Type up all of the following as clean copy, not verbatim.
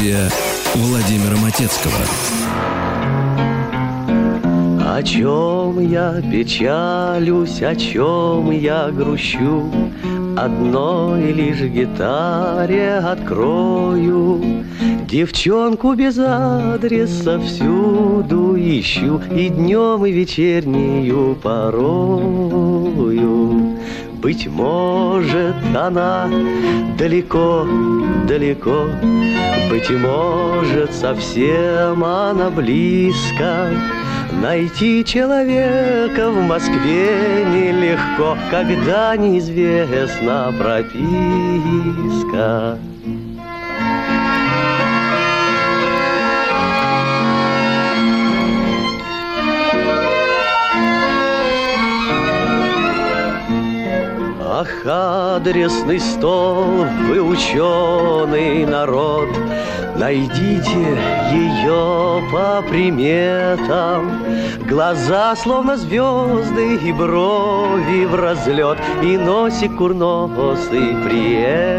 Студия Владимира Матецкого. О чем я печалюсь, о чем я грущу, одной лишь гитаре открою. Девчонку без адреса всюду ищу, и днем, и вечернюю порою. Быть может, она далеко, далеко, быть может, совсем она близко. Найти человека в Москве нелегко, когда неизвестна прописка. Ах, адресный стол, вы ученый народ, найдите ее по приметам. Глаза словно звезды и брови в разлет, и носик курносый при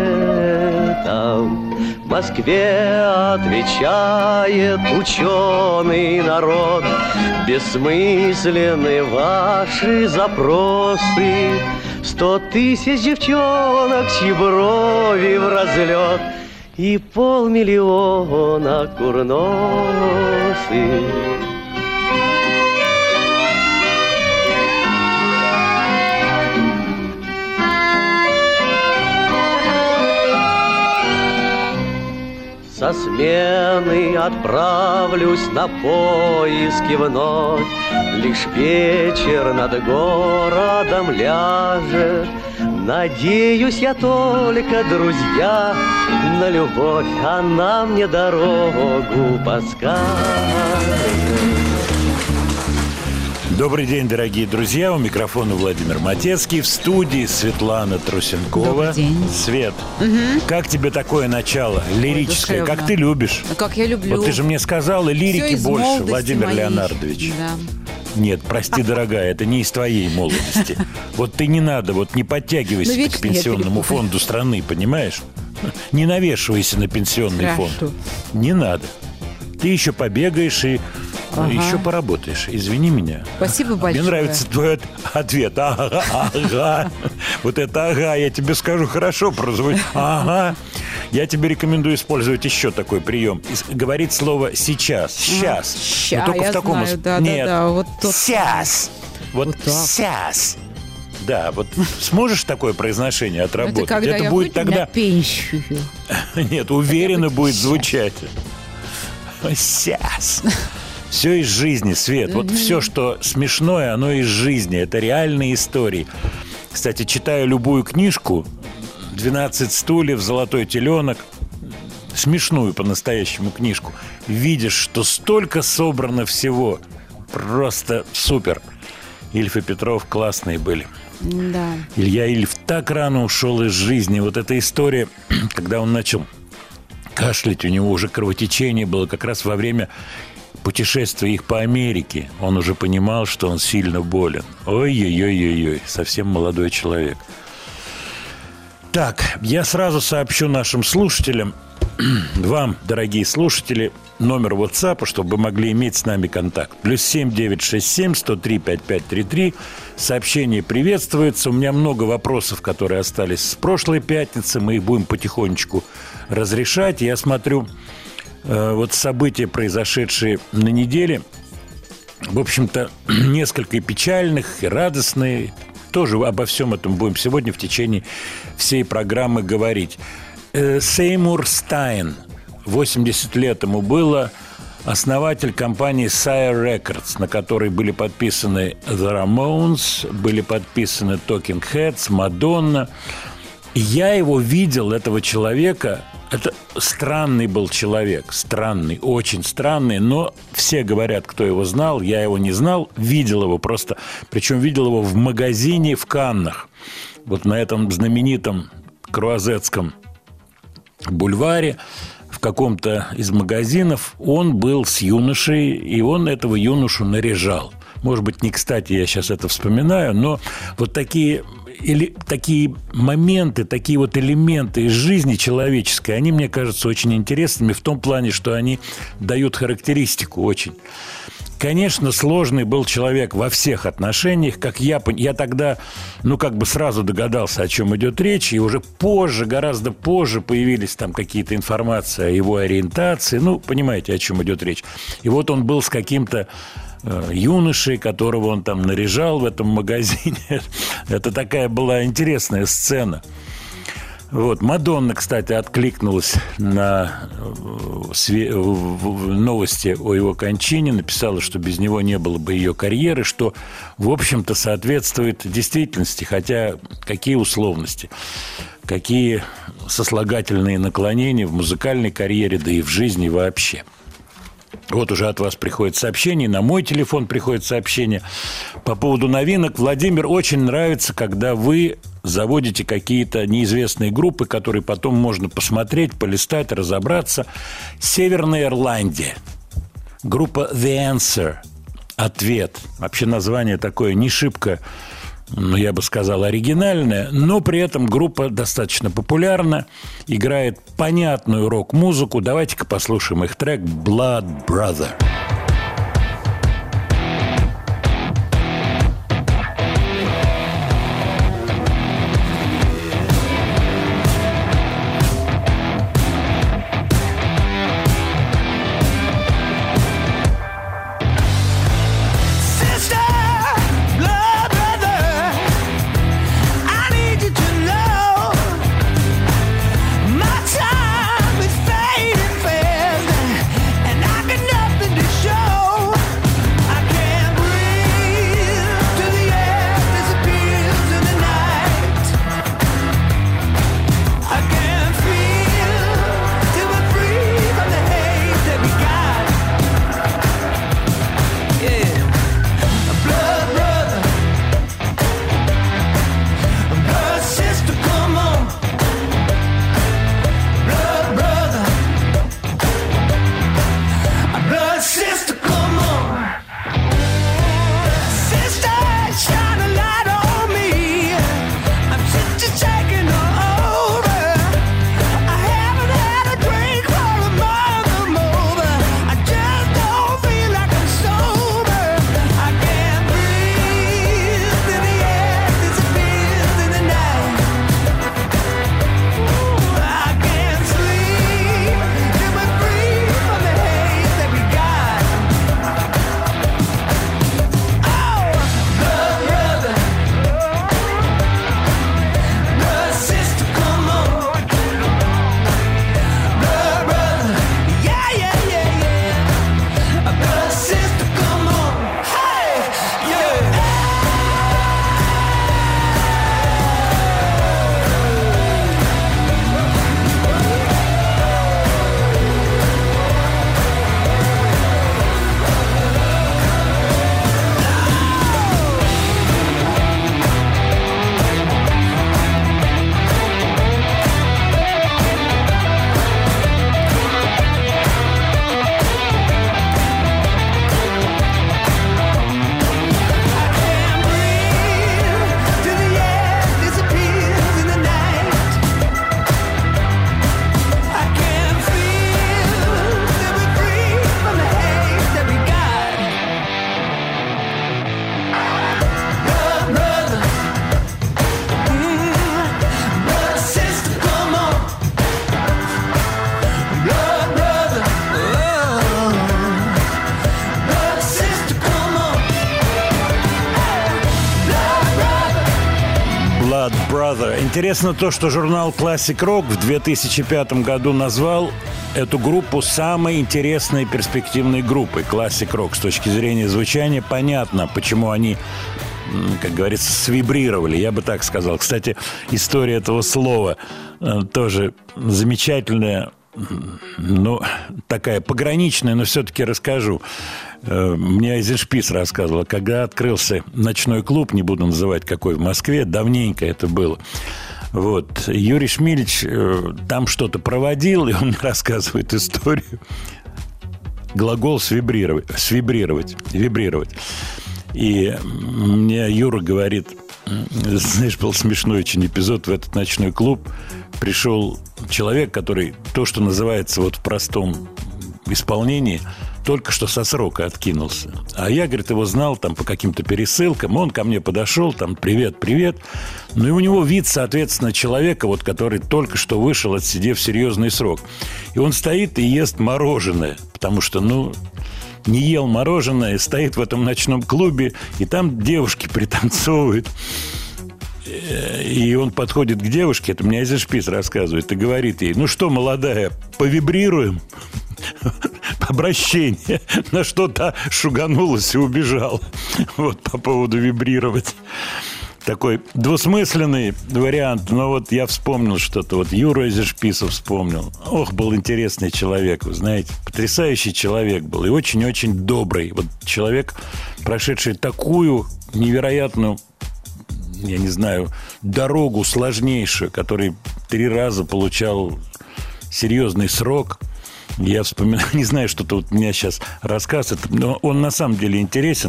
этом. В Москве отвечает ученый народ, бессмысленны ваши запросы. 100 тысяч девчонок, чьи брови в разлет, и 500 000 курносых. Со смены отправлюсь на поиски вновь, лишь вечер над городом ляжет. Надеюсь я только, друзья, на любовь, она мне дорогу подскажет. Добрый день, дорогие друзья. У микрофона Владимир Матецкий. В студии Светлана Трусенкова. Добрый день. Свет, как тебе такое начало? Лирическое, Ой, как ты любишь? Как я люблю. Вот ты же мне сказала, лирики Всё из больше, молодости Владимир моей. Леонардович. Да. Нет, прости, дорогая, это не из твоей молодости. Вот ты не надо, вот не подтягивайся Ну, к вечно я пенсионному перепутаю. фонду страны, понимаешь? Не навешивайся на пенсионный Хорошо. фонд. Не надо. Ты еще побегаешь и еще поработаешь. Извини меня. Спасибо большое. Мне нравится твой ответ. Ага, ага. Вот это ага, я тебе скажу, хорошо прозвучит. Ага. Я тебе рекомендую использовать еще такой прием. Говорить слово сейчас, сейчас. Ща, Но только я в таком знаю, да, Нет. да, вот тот Сейчас. Вот так. сейчас. Да, вот сможешь такое произношение отработать? Это когда я будет выйду тогда... на пенсию. Нет, уверенно Хотя бы будет щас. звучать. Сейчас. Все из жизни, Свет. Вот все, что смешное, оно из жизни. Это реальные истории. Кстати, читаю любую книжку «12 стульев», «Золотой теленок», смешную по-настоящему книжку, видишь, что столько собрано всего. Просто супер. Ильф и Петров классные были. Да. Илья Ильф так рано ушел из жизни. Вот эта история, когда он начал кашлять, у него уже кровотечение было как раз во время путешествия их по Америке. Он уже понимал, что он сильно болен. Ой-ой-ой-ой-ой, совсем молодой человек. Так, я сразу сообщу нашим слушателям, вам, дорогие слушатели, номер WhatsApp, чтобы вы могли иметь с нами контакт. +7 967 103 5533. Сообщение приветствуется. У меня много вопросов, которые остались с прошлой пятницы. Мы их будем потихонечку разрешать. Я смотрю вот события, произошедшие на неделе. В общем-то, несколько и печальных, и радостные. Тоже обо всем этом будем сегодня в течение всей программы говорить. Сеймур Стайн, 80 лет ему было, основатель компании Sire Records, на которой были подписаны The Ramones, были подписаны Talking Heads, Madonna. И я его видел, этого человека. Это странный был человек, странный, очень странный, но все говорят, кто его знал, я его не знал, видел его просто, причем видел его в магазине в Каннах, вот на этом знаменитом Круазетском бульваре, в каком-то из магазинов он был с юношей, и он этого юношу наряжал. может быть, не кстати я сейчас это вспоминаю, но вот такие моменты, такие вот элементы из жизни человеческой, они, мне кажутся, очень интересными в том плане, что они дают характеристику очень. Конечно, сложный был человек во всех отношениях, как я тогда, сразу догадался, о чем идет речь, и уже позже, гораздо позже появились там какие-то информации о его ориентации, понимаете, о чем идет речь. И вот он был с каким-то юношей, которого он там наряжал в этом магазине. Это такая была интересная сцена. Вот. Мадонна, кстати, откликнулась на новости о его кончине, написала, что без него не было бы ее карьеры, что, в общем-то, соответствует действительности, хотя какие условности, какие сослагательные наклонения в музыкальной карьере, да и в жизни вообще. Вот уже от вас приходит сообщение, на мой телефон приходит сообщение по поводу новинок. Владимир, очень нравится, когда вы заводите какие-то неизвестные группы, которые потом можно посмотреть, полистать, разобраться. Северная Ирландия. Группа The Answer. Ответ. Вообще название такое не шибко, я бы сказал, оригинальная, но при этом группа достаточно популярна, играет понятную рок-музыку. Давайте-ка послушаем их трек «Blood Brother». Интересно то, что журнал Classic Rock в 2005 году назвал эту группу самой интересной и перспективной группой. Classic Rock с точки зрения звучания понятно, почему они, как говорится, свибрировали, я бы так сказал. Кстати, история этого слова тоже замечательная, такая пограничная, но все-таки расскажу. Мне Айзеншпис рассказывал, когда открылся ночной клуб, не буду называть какой, в Москве, давненько это было. Вот. Юрий Шмилич там что-то проводил, и он мне рассказывает историю. Глагол вибрировать. И мне Юра говорит, знаешь, был смешной очень эпизод. В этот ночной клуб пришел человек, который то, что называется вот в простом исполнении, только что со срока откинулся. А я, говорит, его знал там по каким-то пересылкам. Он ко мне подошел, там, привет, привет. Ну, и у него вид, соответственно, человека, вот, который только что вышел, отсидев серьезный срок. И он стоит и ест мороженое, потому что, не ел мороженое, стоит в этом ночном клубе, и там девушки пританцовывают. И он подходит к девушке, это мне Эйзеншпис рассказывает, и говорит ей, ну что, молодая, повибрируем? Обращение. На что та шуганулась и убежала. Вот по поводу вибрировать. Такой двусмысленный вариант. Но вот я вспомнил что-то. Вот Юра Эйзеншписов вспомнил. Ох, был интересный человек, вы знаете. Потрясающий человек был. И очень-очень добрый. Вот человек, прошедший такую невероятную, я не знаю, дорогу сложнейшую, который 3 раза получал серьезный срок. Я вспоминаю, не знаю, что-то вот у меня сейчас рассказ, но он на самом деле интересен.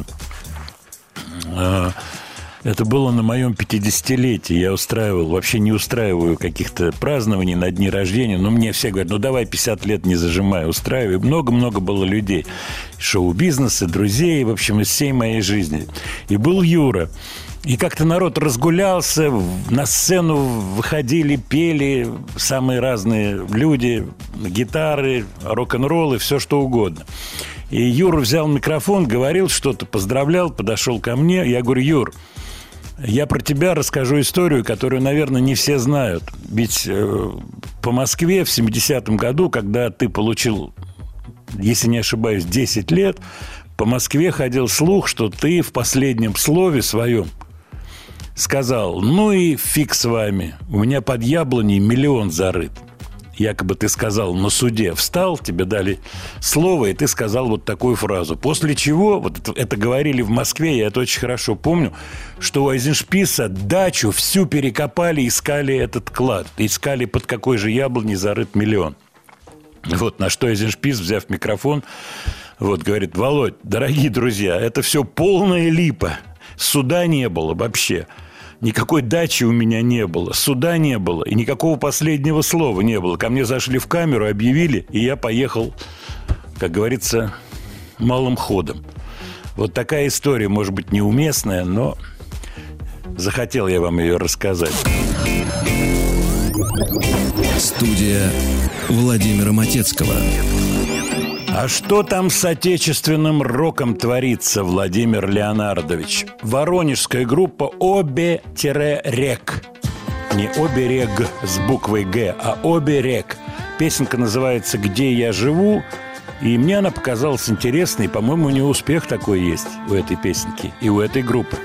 Это было на моем 50-летии. Я устраивал, вообще не устраиваю каких-то празднований на дни рождения. Но мне все говорят, давай 50 лет не зажимай, устраивай. Много-много было людей. Шоу-бизнеса, друзей, в общем, из всей моей жизни. И был Юра. И как-то народ разгулялся, на сцену выходили, пели самые разные люди, гитары, рок-н-роллы, все что угодно. И Юра взял микрофон, говорил что-то, поздравлял, подошел ко мне. Я говорю, Юр, я про тебя расскажу историю, которую, наверное, не все знают. Ведь по Москве в 70-м году, когда ты получил, если не ошибаюсь, 10 лет, по Москве ходил слух, что ты в последнем слове своем сказал, ну и фиг с вами, у меня под яблоней 1 миллион зарыт. Якобы ты сказал на суде, встал, тебе дали слово, и ты сказал вот такую фразу. После чего, вот это говорили в Москве, я это очень хорошо помню, что у Эйзеншписа дачу всю перекопали, искали этот клад, искали, под какой же яблоней зарыт 1 миллион. Вот на что Эйзеншпис, взяв микрофон, вот говорит, Володь, дорогие друзья, это все полная липа, суда не было вообще. Никакой дачи у меня не было, суда не было, и никакого последнего слова не было. Ко мне зашли в камеру, объявили, и я поехал, как говорится, малым ходом. Вот такая история, может быть, неуместная, но захотел я вам ее рассказать. Студия Владимира Матецкого. А что там с отечественным роком творится, Владимир Леонардович? Воронежская группа «Обе-рек». Не «Оберег» с буквой «Г», а «Оберег». Песенка называется «Где я живу». И мне она показалась интересной. По-моему, у нее успех такой есть у этой песенки и у этой группы.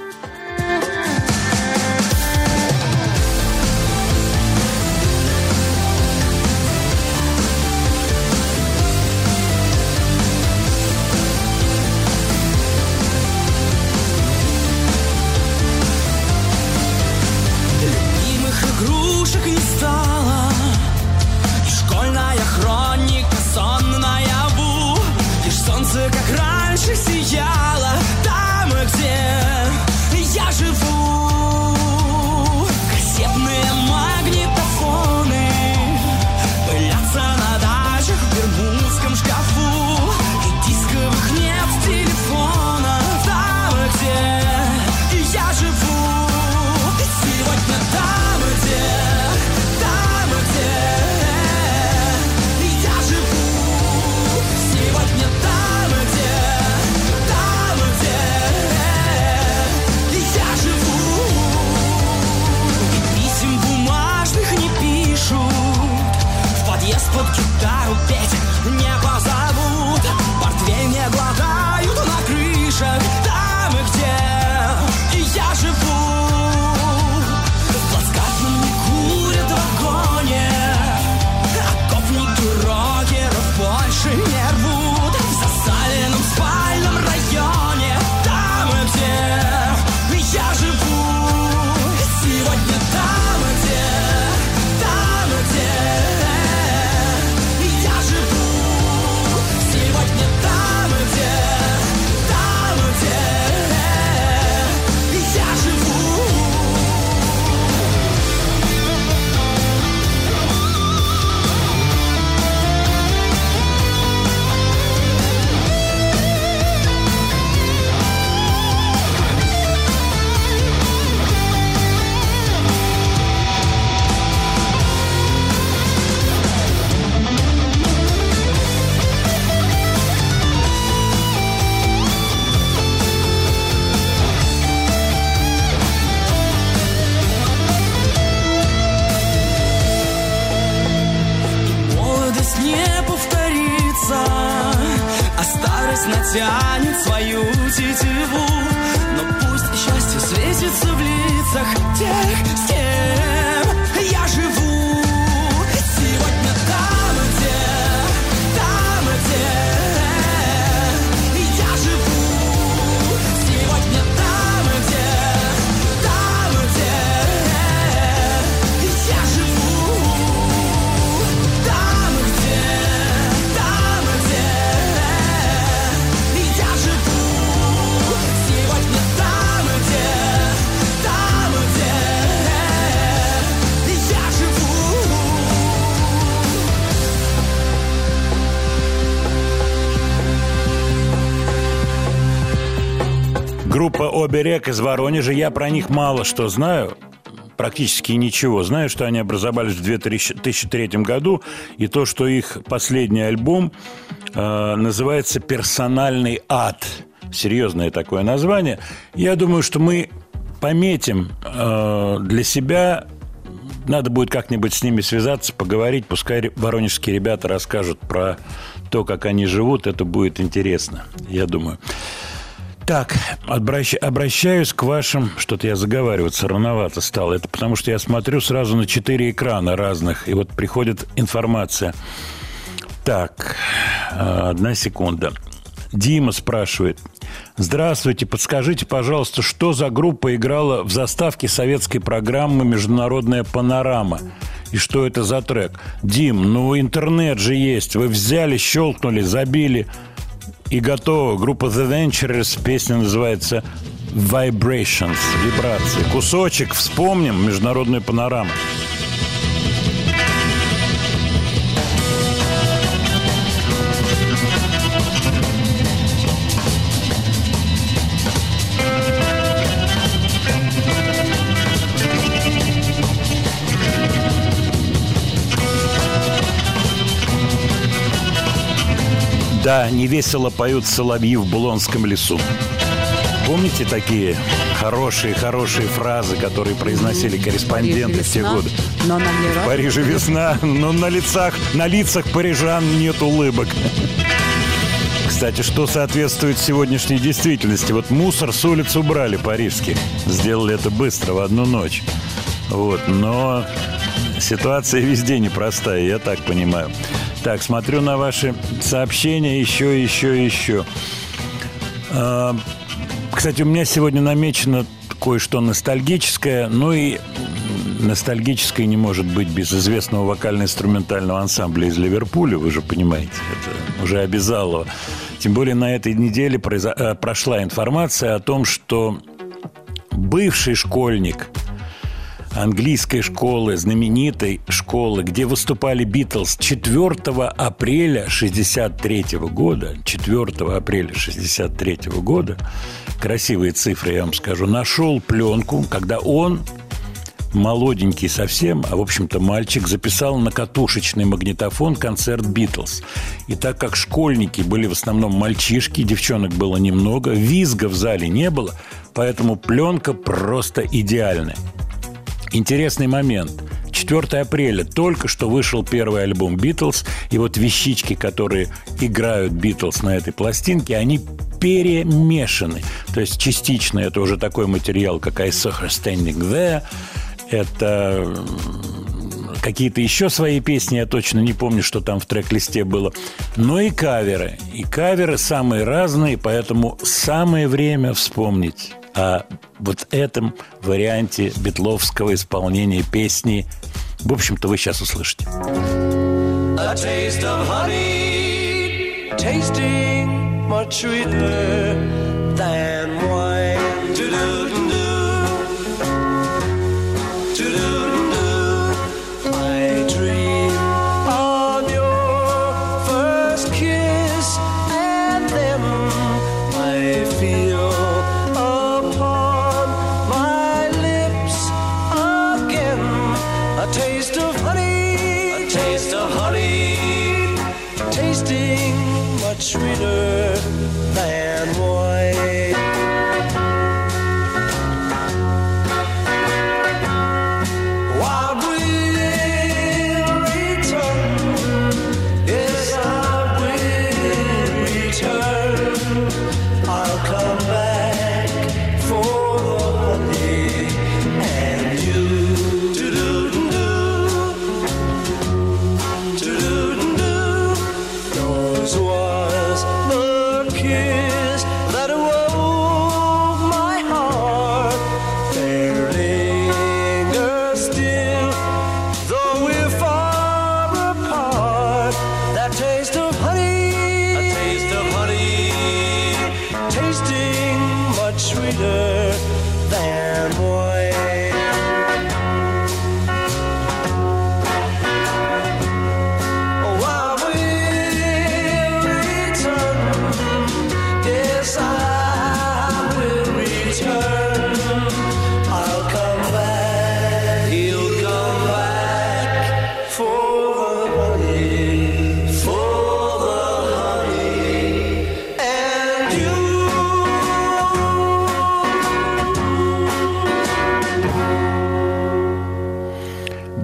Как раньше сияла там, где напрасно тянет свою тетиву. Но пусть счастье светится в лицах тех, с кем я живу. Сегодня там, где я живу. Сегодня там, где я живу. Там, где я живу. Сегодня там, где я живу. Группа «Оберег» из Воронежа. Я про них мало что знаю, практически ничего. Знаю, что они образовались в 2003 году, и то, что их последний альбом называется «Персональный ад». Серьезное такое название. Я думаю, что мы пометим для себя. Надо будет как-нибудь с ними связаться, поговорить. Пускай воронежские ребята расскажут про то, как они живут. Это будет интересно, я думаю. Так, обращаюсь к вашим... Что-то я заговариваться рановато стал. Это потому, что я смотрю сразу на 4 экрана разных, и вот приходит информация. Так, 1 секунда. Дима спрашивает. Здравствуйте, подскажите, пожалуйста, что за группа играла в заставке советской программы «Международная панорама»? И что это за трек? Дим, ну интернет же есть. Вы взяли, щелкнули, забили... И готово. Группа The Ventures. Песня называется Vibrations. Вибрации. Кусочек. Вспомним. Международная панорама. Да, невесело поют соловьи в Булонском лесу. Помните такие хорошие фразы, которые произносили корреспонденты в те годы? Но нам не В Париже весна, но на лицах парижан нет улыбок. Кстати, что соответствует сегодняшней действительности? Вот мусор с улиц убрали парижских. Сделали это быстро, в одну ночь. Вот, но ситуация везде непростая, я так понимаю. Так, смотрю на ваши сообщения еще. Кстати, у меня сегодня намечено кое-что ностальгическое. Ну и ностальгическое не может быть без известного вокально-инструментального ансамбля из Ливерпуля. Вы же понимаете, это уже обязалово. Тем более на этой неделе прошла информация о том, что бывший школьник английской школы, знаменитой школы, где выступали Битлз 4 апреля 1963 года, 4 апреля 1963 года, красивые цифры, я вам скажу, нашел пленку, когда он, молоденький совсем, а в общем-то мальчик, записал на катушечный магнитофон концерт Битлз. И так как школьники были в основном мальчишки, девчонок было немного, визга в зале не было, поэтому пленка просто идеальная. Интересный момент. 4 апреля только что вышел первый альбом «Битлз», и вот вещички, которые играют «Битлз» на этой пластинке, они перемешаны. То есть частично это уже такой материал, как «I Saw Her Standing There», это какие-то еще свои песни, я точно не помню, что там в трек-листе было, но и каверы. И каверы самые разные, поэтому самое время вспомнить о вот этом варианте битловского исполнения песни. В общем-то, вы сейчас услышите. A taste of honey, tasting much sweeter than wine. I dream of your first kiss, and then I feel upon my lips again a taste of honey, tasting much sweeter than wine.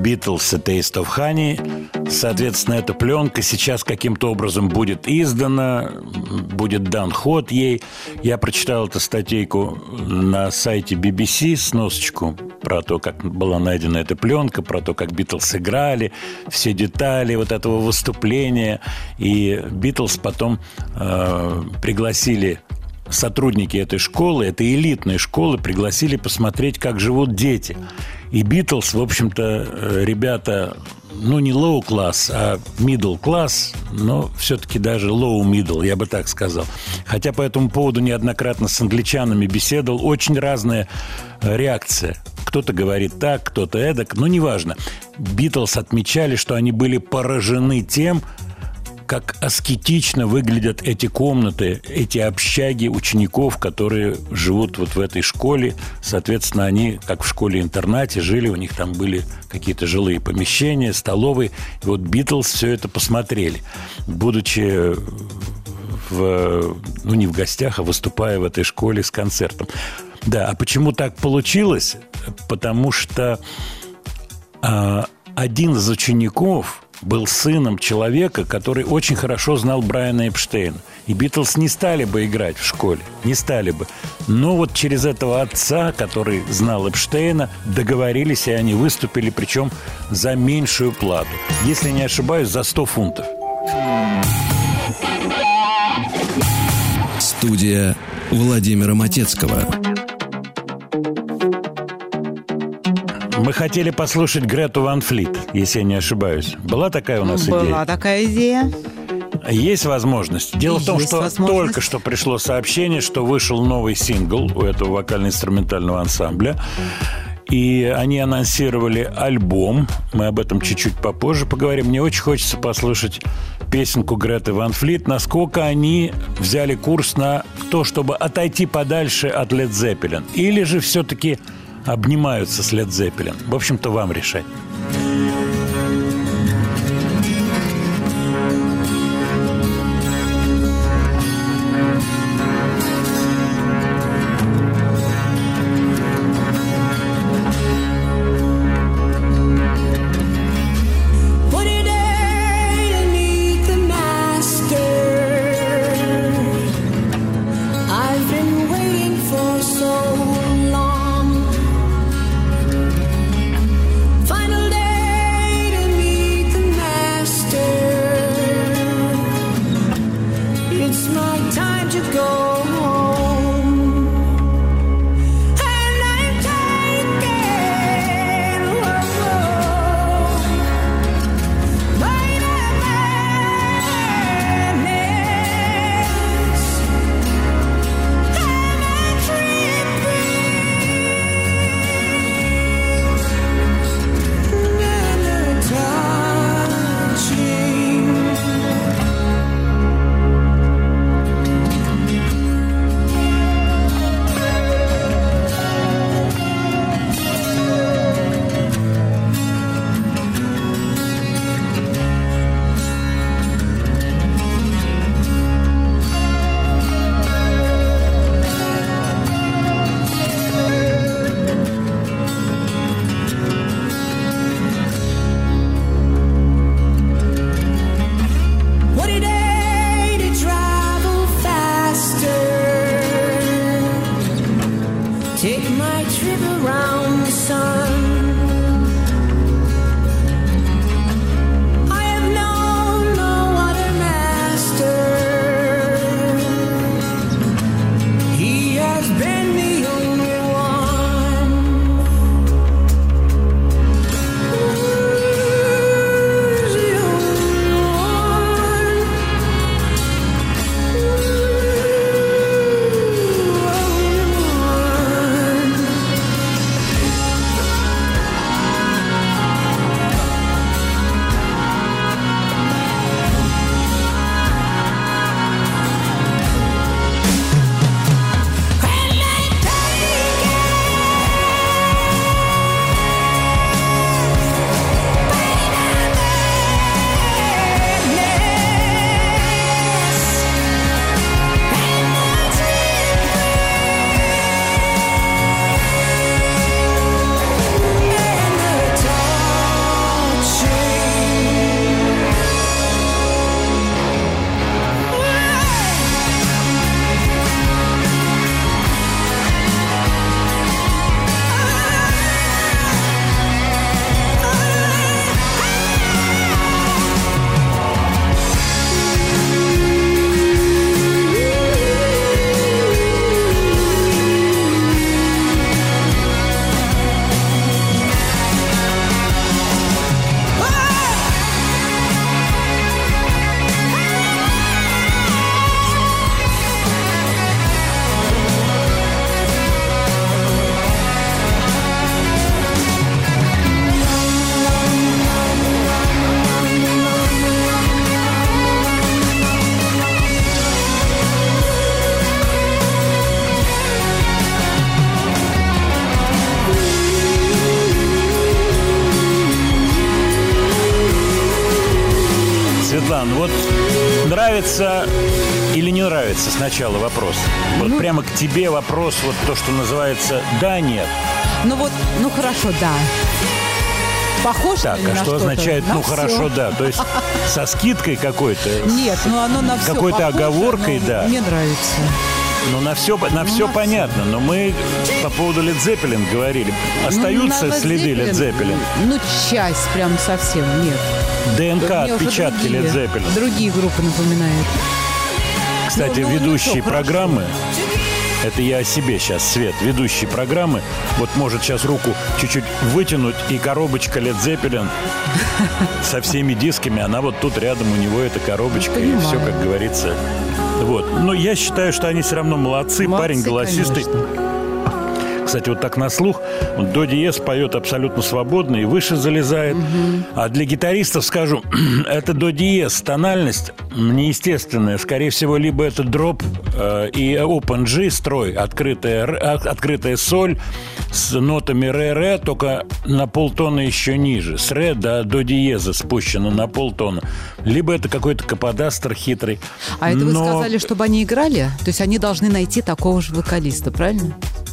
Beatles и Taste of Honey. Соответственно, эта пленка сейчас каким-то образом будет издана, будет дан ход ей. Я прочитал эту статейку на сайте BBC, сносочку про то, как была найдена эта пленка, про то, как Битлз играли, все детали вот этого выступления. И Битлз потом пригласили, сотрудники этой школы, этой элитной школы, пригласили посмотреть, как живут дети. И Битлз, в общем-то, ребята, ну, не low-класс, а middle-класс, но все-таки даже low-middle, я бы так сказал. Хотя по этому поводу неоднократно с англичанами беседовал. Очень разная реакция. Кто-то говорит так, кто-то эдак, но неважно. Битлз отмечали, что они были поражены тем, как аскетично выглядят эти комнаты, эти общаги учеников, которые живут вот в этой школе. Соответственно, они, как в школе-интернате, жили, у них там были какие-то жилые помещения, столовые. И вот Битлз все это посмотрели, будучи не в гостях, а выступая в этой школе с концертом. Да, а почему так получилось? Потому что один из учеников был сыном человека, который очень хорошо знал Брайана Эпштейна. И Битлз не стали бы играть в школе, не стали бы. Но вот через этого отца, который знал Эпштейна, договорились, и они выступили, причем за меньшую плату. Если не ошибаюсь, за 100 фунтов. Студия Владимира Матецкого. Мы хотели послушать Грету Ван Флит, если я не ошибаюсь. Была такая у нас идея? Была такая идея. Есть возможность. Дело в том, что только что пришло сообщение, что вышел новый сингл у этого вокально-инструментального ансамбля. И они анонсировали альбом. Мы об этом чуть-чуть попозже поговорим. Мне очень хочется послушать песенку Греты Ван Флит. Насколько они взяли курс на то, чтобы отойти подальше от Led Zeppelin. Или же все-таки обнимаются с Led Zeppelin. В общем-то, вам решать. Светлана, вот нравится или не нравится сначала вопрос? Вот прямо к тебе вопрос, вот то, что называется «да», «нет». Ну вот, ну хорошо, да. Похож Так, ли а на что означает На «ну всё. хорошо, да»? То есть со скидкой какой-то? Нет, ну оно на все Какой-то оговоркой, да. Мне нравится. Ну, на все понятно. Но мы по поводу Led Zeppelin говорили. Остаются Ну, на следы Led Zeppelin? Ну, часть прям совсем, нет. ДНК, Мне уже отпечатки Led Zeppelin. Другие группы напоминают. Кстати, Ну, ведущие хорошо. программы, это я о себе сейчас, Свет, ведущие программы, вот может сейчас руку чуть-чуть вытянуть, и коробочка Led Zeppelin со всеми дисками, она вот тут рядом, у него эта коробочка, и Понимаю. все, как говорится. Вот. Но я считаю, что они все равно молодцы, парень голосистый. Конечно. Кстати, вот так на слух, вот до диез поет абсолютно свободно и выше залезает. А для гитаристов скажу, это до диез, тональность неестественная. Скорее всего, либо это дроп и open G строй, открытая соль с нотами ре-ре, только на полтона еще ниже. С ре до диеза спущено на полтона. Либо это какой-то каподастер хитрый. А это вы Но- сказали, чтобы они играли? То есть они должны найти такого же вокалиста, правильно?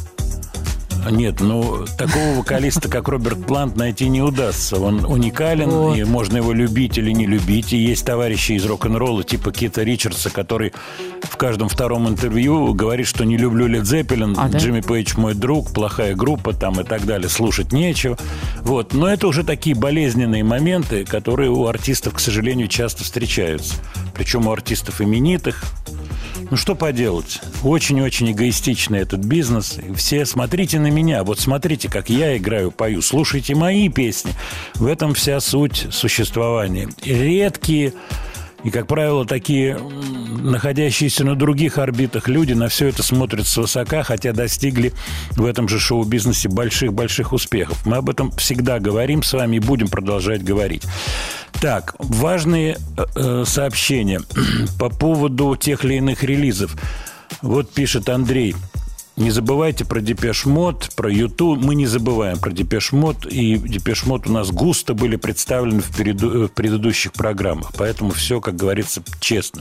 Нет, ну, такого вокалиста, как Роберт Плант, найти не удастся. Он уникален, Вот. и можно его любить или не любить. И есть товарищи из рок-н-ролла, типа Кита Ричардса, который в каждом втором интервью говорит, что не люблю Led Zeppelin, да? Джимми Пейдж мой друг, плохая группа там и так далее, слушать нечего. Вот. Но это уже такие болезненные моменты, которые у артистов, к сожалению, часто встречаются. Причем у артистов именитых. Ну, что поделать? Очень-очень эгоистичный этот бизнес. И все смотрите на меня. Вот смотрите, как я играю, пою. Слушайте мои песни. В этом вся суть существования. И редкие, и, как правило, такие находящиеся на других орбитах люди на все это смотрят свысока, хотя достигли в этом же шоу-бизнесе больших-больших успехов. Мы об этом всегда говорим с вами и будем продолжать говорить. Так, важные сообщения по поводу тех или иных релизов. Вот пишет Андрей. Не забывайте про Депеш Мод, про Юту. Мы не забываем про Депеш Мод. И Депеш Мод у нас густо были представлены в предыдущих программах. Поэтому все, как говорится, честно.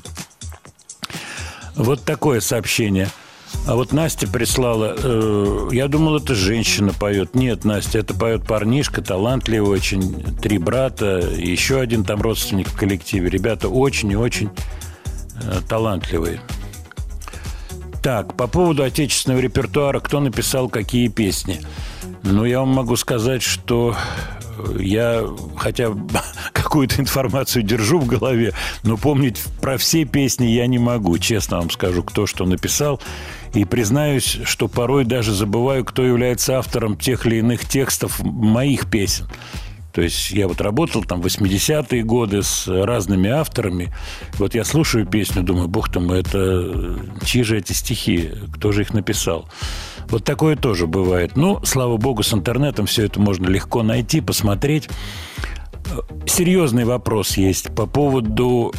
Вот такое сообщение. А вот Настя прислала, я думал, это женщина поет. Нет, Настя, это поет парнишка, талантливый очень, 3 брата, и еще один там родственник в коллективе. Ребята очень и очень талантливые. Так, по поводу отечественного репертуара, кто написал какие песни? Ну, я вам могу сказать, что я, хотя какую-то информацию держу в голове, но помнить про все песни я не могу. Честно вам скажу, кто что написал. И признаюсь, что порой даже забываю, кто является автором тех или иных текстов моих песен. То есть я вот работал там в 80-е годы с разными авторами. Вот я слушаю песню, думаю, бог ты мой, это чьи же эти стихи? Кто же их написал? Вот такое тоже бывает. Ну, слава богу, с интернетом все это можно легко найти, посмотреть. Серьезный вопрос есть по поводу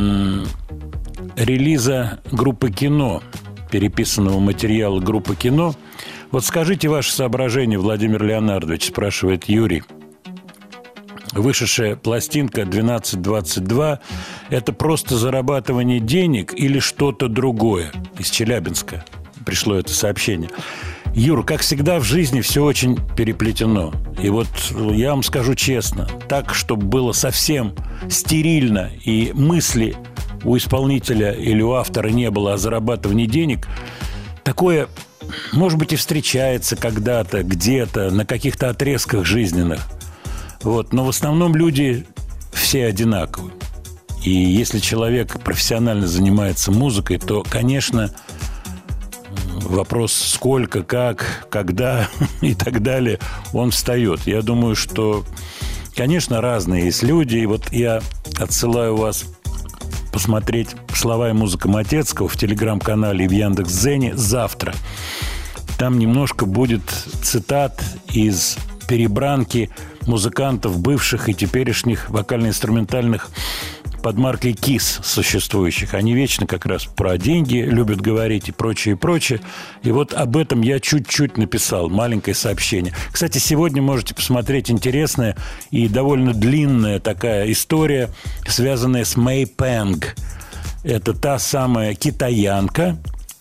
релиза группы «Кино», переписанного материала группы «Кино». Вот скажите ваши соображения, Владимир Леонардович, спрашивает Юрий. Вышедшая пластинка 1222 – это просто зарабатывание денег или что-то другое? Из Челябинска пришло это сообщение. Юр, как всегда в жизни все очень переплетено. И вот я вам скажу честно, так, чтобы было совсем стерильно и мысли у исполнителя или у автора не было о зарабатывании денег, такое, может быть, и встречается когда-то, где-то, на каких-то отрезках жизненных. Вот. Но в основном люди все одинаковы. И если человек профессионально занимается музыкой, то, конечно, вопрос сколько, как, когда и так далее, он встает. Я думаю, что, конечно, разные есть люди. И вот я отсылаю вас посмотреть слова и музыка Матецкого в телеграм-канале и в Яндекс.Дзене завтра. Там немножко будет цитат из перебранки музыкантов, бывших и теперешних вокально-инструментальных под маркой KISS существующих. Они вечно как раз про деньги любят говорить и прочее, и прочее. И вот об этом я чуть-чуть написал, маленькое сообщение. Кстати, сегодня можете посмотреть интересная и довольно длинная такая история, связанная с Мэй Пэнг. Это та самая китаянка,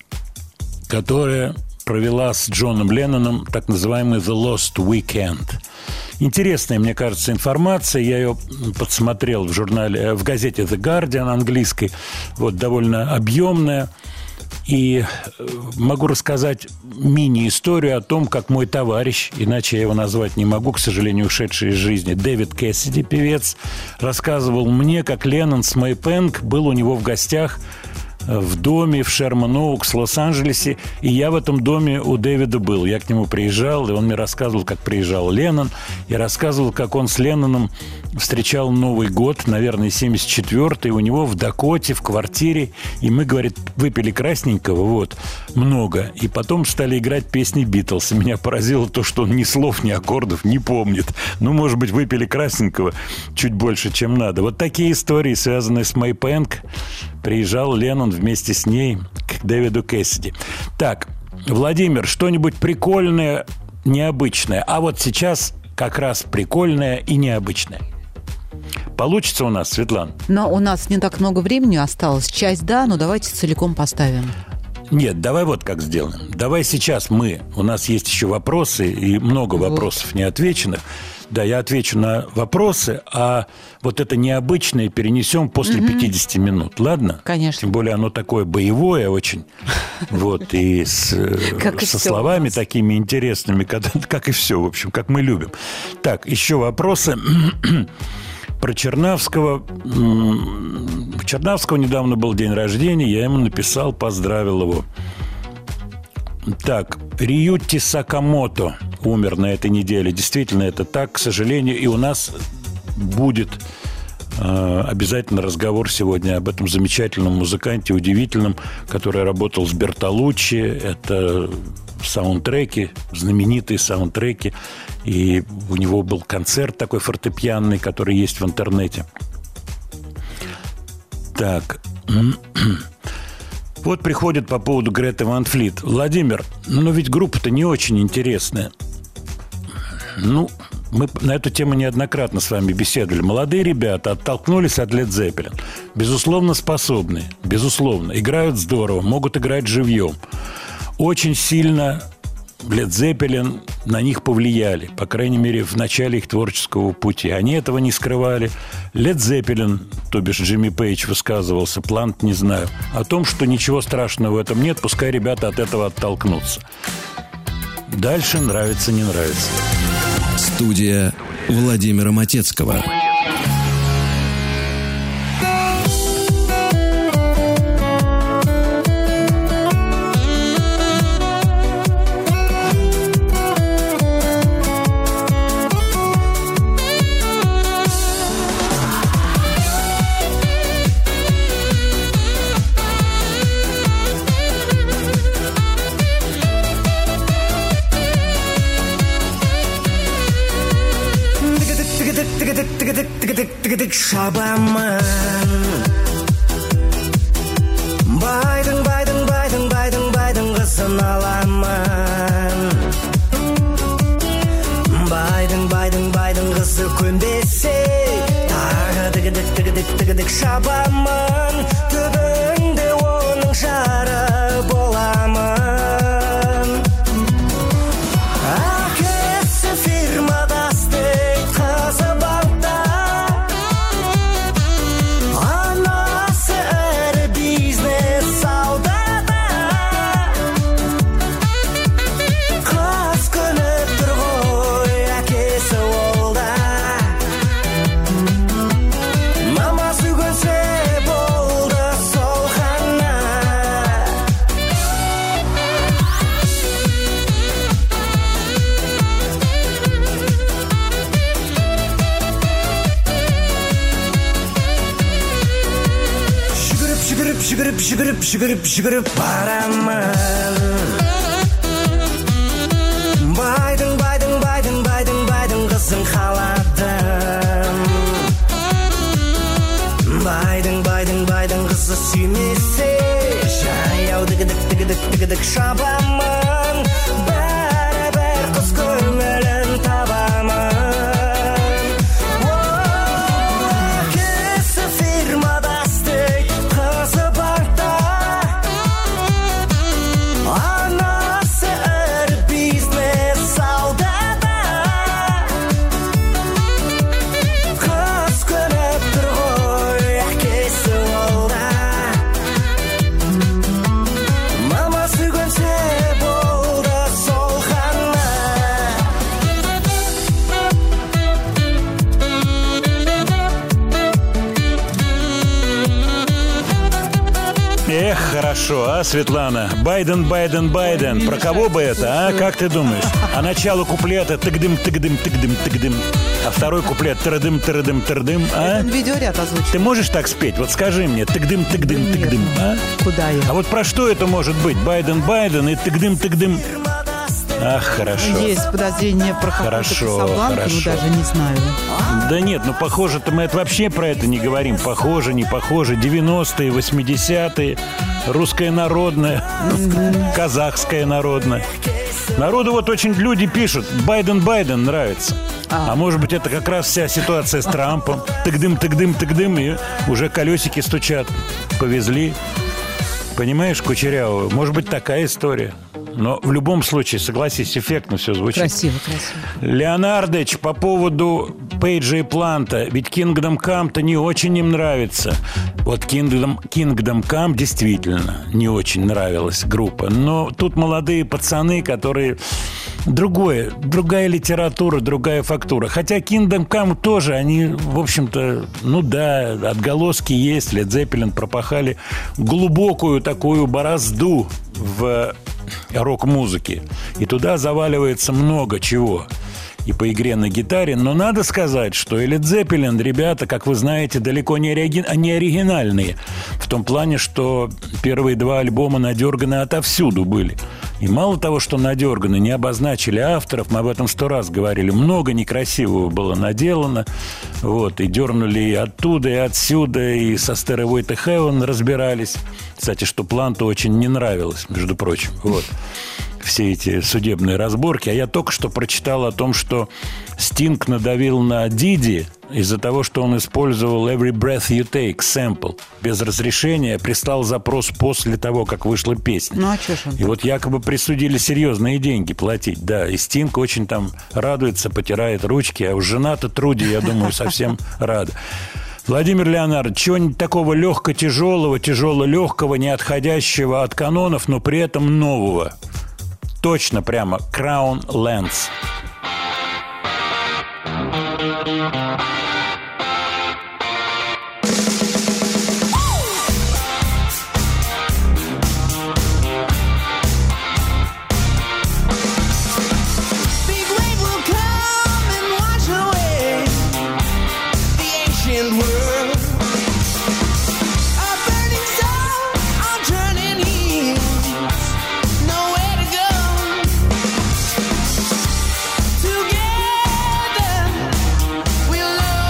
которая провела с Джоном Ленноном так называемый The Lost Weekend. Интересная, мне кажется, информация. Я ее подсмотрел в журнале, в газете The Guardian английской. Вот, довольно объемная. И могу рассказать мини-историю о том, как мой товарищ, иначе я его назвать не могу, к сожалению, ушедший из жизни, Дэвид Кэссиди, певец, рассказывал мне, как Леннон с Мэй Пэнг был у него в гостях в доме в Шерман-Оукс, Лос-Анджелесе. И я в этом доме у Дэвида был. Я к нему приезжал, и он мне рассказывал, как приезжал Леннон. И рассказывал, как он с Ленноном встречал Новый год, наверное, 74-й, у него в Дакоте, в квартире. И мы, говорит, выпили красненького, вот, много. И потом стали играть песни Битлз. И меня поразило то, что он ни слов, ни аккордов не помнит. Ну, может быть, выпили красненького чуть больше, чем надо. Вот такие истории, связанные с Мэй Пэнг. Приезжал Леннон вместе с ней к Дэвиду Кэссиди. Так, Владимир, что-нибудь прикольное, необычное. А вот сейчас как раз прикольное и необычное. Получится у нас, Светлана? Но у нас не так много времени осталось. Часть да, но давайте целиком поставим. Нет, давай вот как сделаем. Давай сейчас у нас есть еще вопросы и много вопросов неотвеченных. Да, я отвечу на вопросы, а вот это необычное перенесем после 50 минут, ладно? Конечно. Тем более оно такое боевое очень, вот, и со словами такими интересными, как и все, в общем, как мы любим. Так, еще вопросы про Чернавского. У Чернавского недавно был день рождения, я ему написал, поздравил его. Так, Рьюти Сакамото умер на этой неделе. Действительно, это так, к сожалению. И у нас будет обязательно разговор сегодня об этом замечательном музыканте, удивительном, который работал с Бертолуччи. Это саундтреки, знаменитые саундтреки. И у него был концерт такой фортепианный, который есть в интернете. Так... Вот приходит по поводу Греты Ван Флит. Владимир, ну ведь группа-то не очень интересная. Ну, мы на эту тему неоднократно с вами беседовали. Молодые ребята оттолкнулись от Led Zeppelin. Безусловно, способны. Безусловно. Играют здорово. Могут играть живьем. Очень сильно Led Zeppelin на них повлияли. По крайней мере, в начале их творческого пути. Они этого не скрывали. Led Zeppelin, то бишь Джимми Пейдж, высказывался, Плант не знаю, о том, что ничего страшного в этом нет, пускай ребята от этого оттолкнутся. Дальше нравится, не нравится. Студия Владимира Матецкого. Шабаман байдың қызын аламан байдың қызы көнбесе тағы дігідік шабаман түбінде оның жары боламын әкесі фирмада істейді қызы балта анасы ірі бизнес саудада қыз күліп тұр ғой әкесі олда мамасы көнсе болды сол ғана жүгіріп барамын байдың қызын қаладым едік шабамын, бәрібір құс көңілін табамын. Кісі фирмада істейді, қызы банкта, анасы ірі бизнес саудада. Қыз көріп тұр ғой, әкесі олда. Мамасы көнсе болды сол ғана. Эх, хорошо, а, Светлана? Байден, Байден, Байден. Про кого бы это, а? Как ты думаешь? А начало куплета тыгдым, тыгдым, тыгдым, тыгдым. А второй куплет тырдым, тырдым, тырдым, а? Он видеоряд озвучит. Ты можешь так спеть? Вот скажи мне, тыгдым, тыгдым, тыгдым, а? Куда я? А вот про что это может быть? Байден, Байден и тыгдым, тыгдым. Ах, хорошо. Есть подозрение про какую-то Хорошо, Касабланку, но хорошо. даже не знаю. Да нет, ну похоже-то мы это вообще про это не говорим. Похоже, не похоже. 90-е, 80-е, русское народное, казахское народное. Народу вот очень люди пишут, Байден, Байден нравится. А может быть, это как раз вся ситуация с Трампом. Тыгдым, тыгдым, тыгдым, и уже колесики стучат. Повезли. Понимаешь, Кучерявого? Может быть, такая история. Но в любом случае, согласись, эффектно все звучит. Красиво, красиво. Леонардович, по поводу Пейджа и Планта. Ведь Kingdom Come-то не очень им нравится. Вот Kingdom Come действительно не очень нравилась группа. Но тут молодые пацаны, которые... Другая литература, другая фактура. Хотя Kingdom Come тоже, они, в общем-то, ну да, отголоски есть. Led Zeppelin пропахали глубокую такую борозду в рок-музыке. И туда заваливается много чего. И по игре на гитаре. Но надо сказать, что и Led Zeppelin, ребята, как вы знаете, далеко не оригинальные. В том плане, что первые два альбома надерганы отовсюду были. И мало того, что надерганы, не обозначили авторов, мы об этом 100 раз говорили, много некрасивого было наделано, вот, и дернули и оттуда, и отсюда, и со Stairway to Heaven разбирались. Кстати, что Планту очень не нравилось, между прочим, вот. Все эти судебные разборки. А я только что прочитал о том, что Стинг надавил на Диди из-за того, что он использовал Every Breath You Take сэмпл без разрешения, прислал запрос после того, как вышла песня. Ну, а что ж он? И вот якобы присудили серьезные деньги платить. Да, и Стинг очень там радуется, потирает ручки, а уж жена-то Труди, я думаю, совсем рада. Владимир Леонардович, чего-нибудь такого легко-тяжелого, тяжело-легкого, не отходящего от канонов, но при этом нового. Точно прямо Crown Lands. Together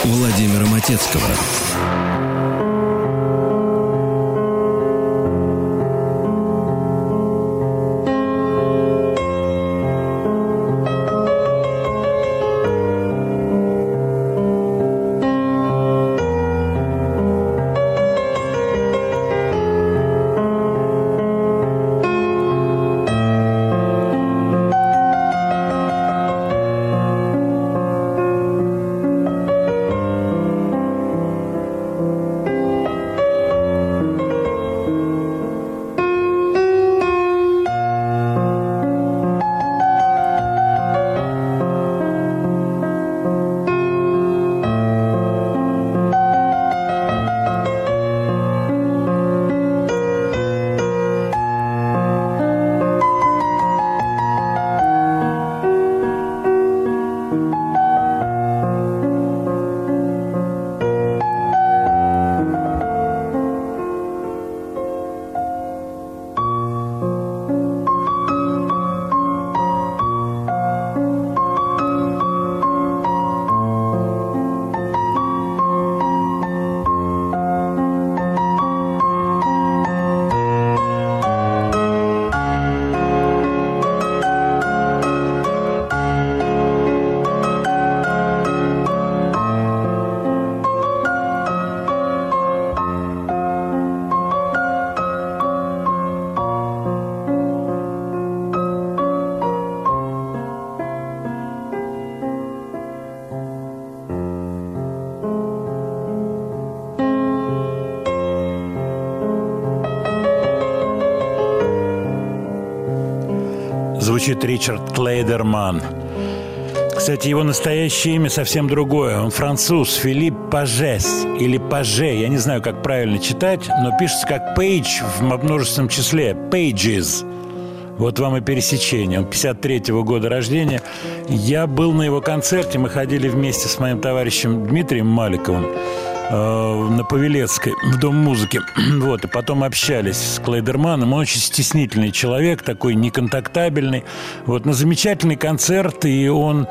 Владимира Матецкого. Звучит Ричард Клейдерман. Кстати, его настоящее имя совсем другое. Он француз, Филипп Пажес или Паже. Я не знаю, как правильно читать, но пишется как Page в множественном числе. Pages. Вот вам и пересечение. Он 53-го года рождения. Я был на его концерте. Мы ходили вместе с моим товарищем Дмитрием Маликовым на Павелецкой, в Дом музыки. Вот, и потом общались с Клейдерманом. Он очень стеснительный человек, такой неконтактабельный. Вот, но замечательный концерт, и он,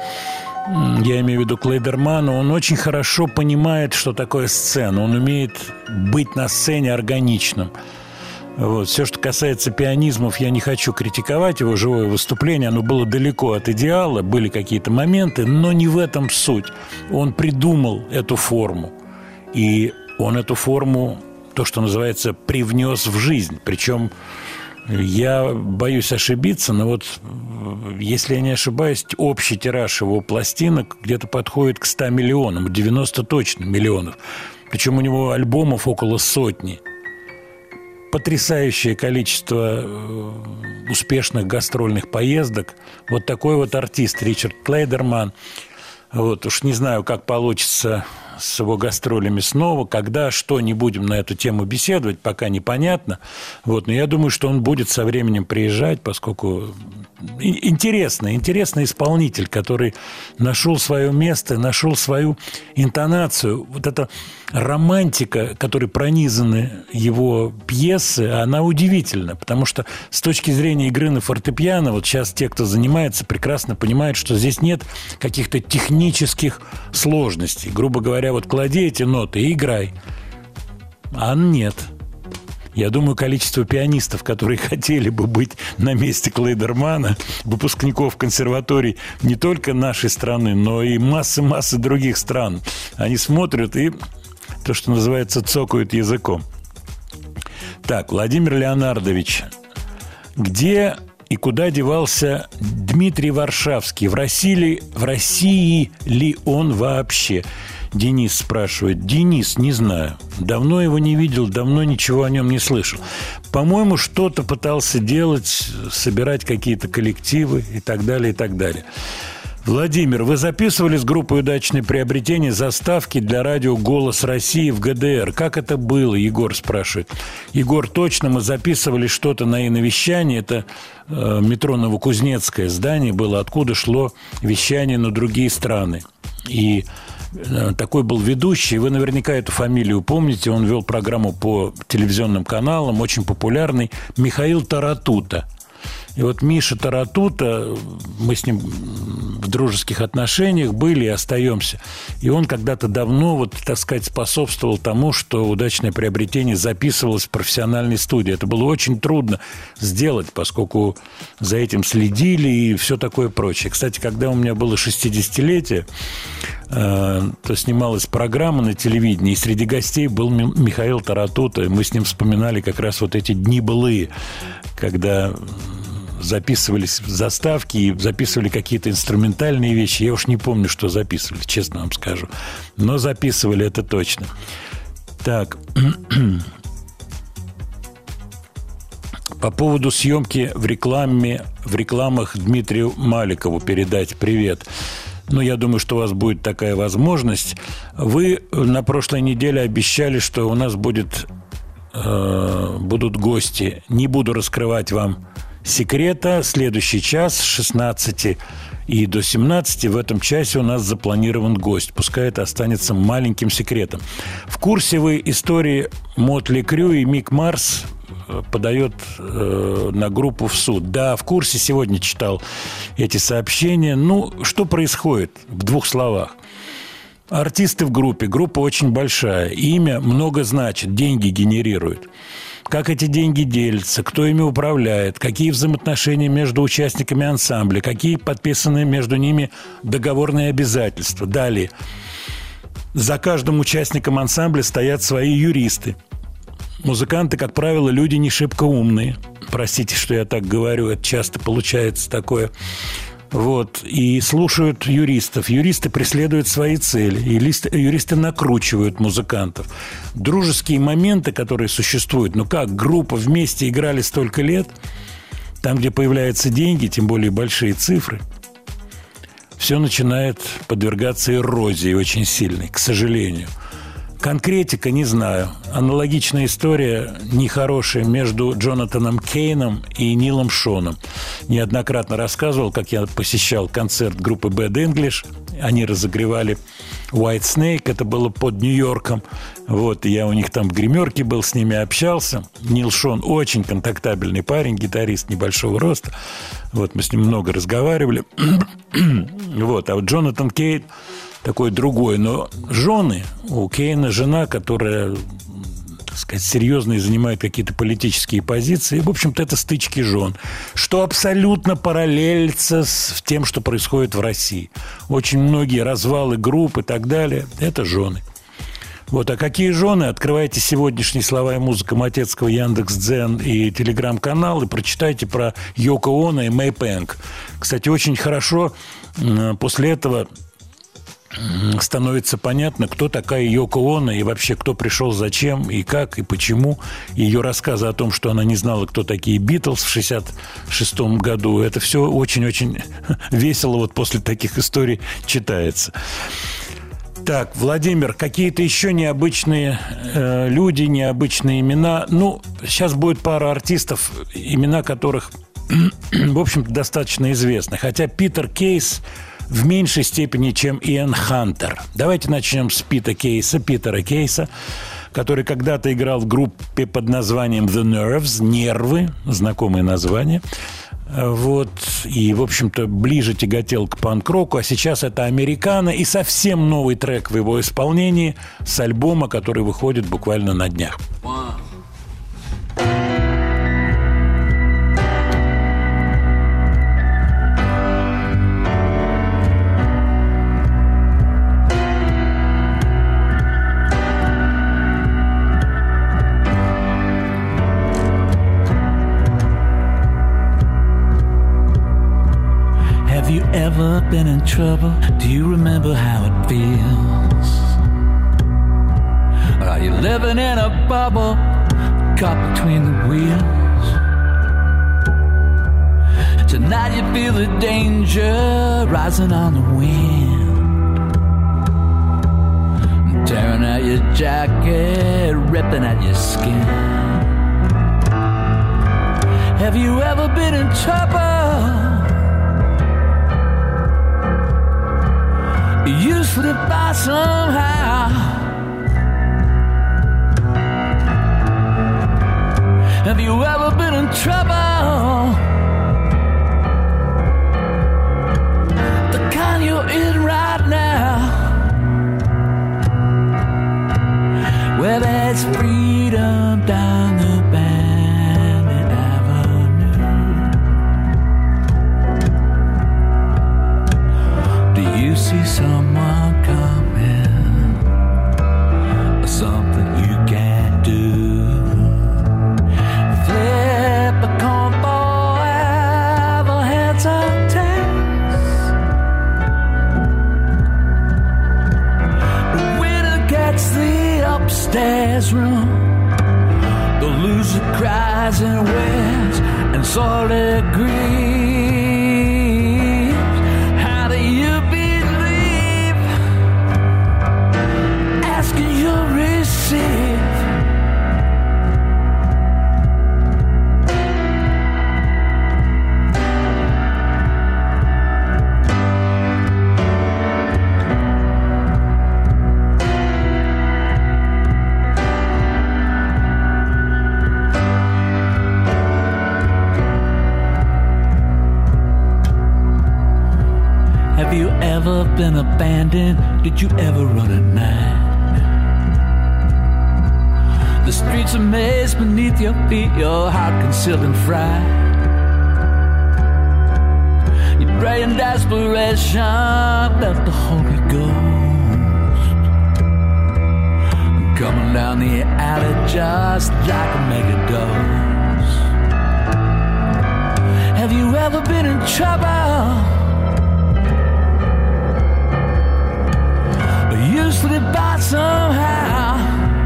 я имею в виду Клейдермана, он очень хорошо понимает, что такое сцена. Он умеет быть на сцене органичным. Вот. Все, что касается пианизмов, я не хочу критиковать его живое выступление. Оно было далеко от идеала, были какие-то моменты, но не в этом суть. Он придумал эту форму. И он эту форму, то, что называется, привнес в жизнь. Причем я боюсь ошибиться, но вот, если я не ошибаюсь, общий тираж его пластинок где-то подходит к 100 миллионам, 90 точно миллионов. Причем у него альбомов около сотни. Потрясающее количество успешных гастрольных поездок. Вот такой вот артист Ричард Клейдерман. Вот уж не знаю, как получится с его гастролями снова, когда, что, не будем на эту тему беседовать, пока непонятно. Вот, но я думаю, что он будет со временем приезжать, поскольку интересный исполнитель, который нашел свое место, нашел свою интонацию. Вот эта романтика, которой пронизаны его пьесы, она удивительна, потому что с точки зрения игры на фортепиано, вот сейчас те, кто занимается, прекрасно понимают, что здесь нет каких-то технических сложностей. Грубо говоря, вот клади эти ноты и играй. А нет. Я думаю, количество пианистов, которые хотели бы быть на месте Клейдермана, выпускников консерваторий не только нашей страны, но и массы других стран, они смотрят и, то, что называется, цокают языком. Так, Владимир Леонардович, где и куда девался Дмитрий Варшавский? В России ли он вообще? Денис спрашивает. Денис, не знаю. Давно его не видел, давно ничего о нем не слышал. По-моему, что-то пытался делать, собирать какие-то коллективы и так далее, и так далее. Владимир, вы записывали с группой «Удачное приобретение» заставки для радио «Голос России» в ГДР. Как это было? Егор спрашивает. Егор, точно, мы записывали что-то на иновещание. Это метро Новокузнецкое здание было, откуда шло вещание на другие страны. И такой был ведущий, вы наверняка эту фамилию помните, он вел программу по телевизионным каналам, очень популярный, Михаил Таратута. И вот Миша Таратута, мы с ним в дружеских отношениях были и остаемся. И он когда-то давно, вот, так сказать, способствовал тому, что «Удачное приобретение» записывалось в профессиональной студии. Это было очень трудно сделать, поскольку за этим следили и все такое прочее. Кстати, когда у меня было 60-летие, то снималась программа на телевидении, и среди гостей был Михаил Таратута, и мы с ним вспоминали как раз вот эти дни былые, когда записывались заставки и записывали какие-то инструментальные вещи. Я уж не помню, что записывали, честно вам скажу. Но записывали, это точно. Так. По поводу съемки в рекламах Дмитрию Маликову передать привет. Ну, я думаю, что у вас будет такая возможность. Вы на прошлой неделе обещали, что у нас будут гости. Не буду раскрывать вам секрета. Следующий час с 16 и до 17 в этом часе у нас запланирован гость. Пускай это останется маленьким секретом. В курсе вы истории Мотли Крю и Мик Марс подает на группу в суд? Да, в курсе, сегодня читал эти сообщения. Ну, что происходит в двух словах? Артисты в группе, группа очень большая, имя много значит, деньги генерирует. Как эти деньги делятся, кто ими управляет, какие взаимоотношения между участниками ансамбля, какие подписаны между ними договорные обязательства. Далее, за каждым участником ансамбля стоят свои юристы. Музыканты, как правило, люди не шибко умные. Простите, что я так говорю, это часто получается такое. Вот, и слушают юристов. Юристы преследуют свои цели. Юристы накручивают музыкантов. Дружеские моменты, которые существуют, ну как, группа вместе играли столько лет, там, где появляются деньги, тем более большие цифры, все начинает подвергаться эрозии очень сильной, к сожалению. Конкретика не знаю. Аналогичная история нехорошая между Джонатаном Кейном и Нилом Шоном. Неоднократно рассказывал, как я посещал концерт группы Bad English. Они разогревали White Snake. Это было под Нью-Йорком. Вот, я у них там в гримерке был, с ними общался. Нил Шон очень контактабельный парень, гитарист небольшого роста. Вот, мы с ним много разговаривали. Вот, а вот Джонатан Кейн такой другой. Но жены, у Кейна жена, которая, так сказать, серьезно занимает какие-то политические позиции. В общем-то, это стычки жен. Что абсолютно параллелится с тем, что происходит в России. Очень многие развалы групп и так далее – это жены. Вот, а какие жены? Открывайте сегодняшние «Слова и музыка» Матецкого, Яндекс.Дзен и Телеграм-канал и прочитайте про Йоко Оно и Мэй Пэнг. Кстати, очень хорошо после этого становится понятно, кто такая Йоко Оно и вообще кто пришел, зачем и как и почему. Ее рассказы о том, что она не знала, кто такие Битлз в 1966 году, это все очень-очень весело вот после таких историй читается. Так, Владимир, какие-то еще необычные люди, необычные имена. Ну, сейчас будет пара артистов, имена которых, в общем-то, достаточно известны. Хотя Питер Кейс в меньшей степени, чем Иэн Хантер. Давайте начнем с Питера Кейса, который когда-то играл в группе под названием The Nerves, «Нервы», знакомое название. Вот, и, в общем-то, ближе тяготел к панк-року, а сейчас это «Американо» и совсем новый трек в его исполнении с альбома, который выходит буквально на днях. Ever been in trouble? Do you remember how it feels? Or are you living in a bubble caught between the wheels? Tonight you feel the danger rising on the wind, tearing at your jacket, ripping at your skin. Have you ever been in trouble? You slip by somehow. Have you ever been in trouble? there's freedom down the Bandit Avenue. Do you see someone coming? Something you can't do. Flip a coin for ever heads or tails. The winner gets the upstairs room. The loser cries and wins and sort of grieves. How do you believe? Asking you receive. Have you ever been abandoned? Did you ever run at night? The streets are maze beneath your feet, your heart concealed in fright. You pray in desperation, left the Holy Ghost coming down the alley just like a megadose. Have you ever been in trouble? You slip by somehow.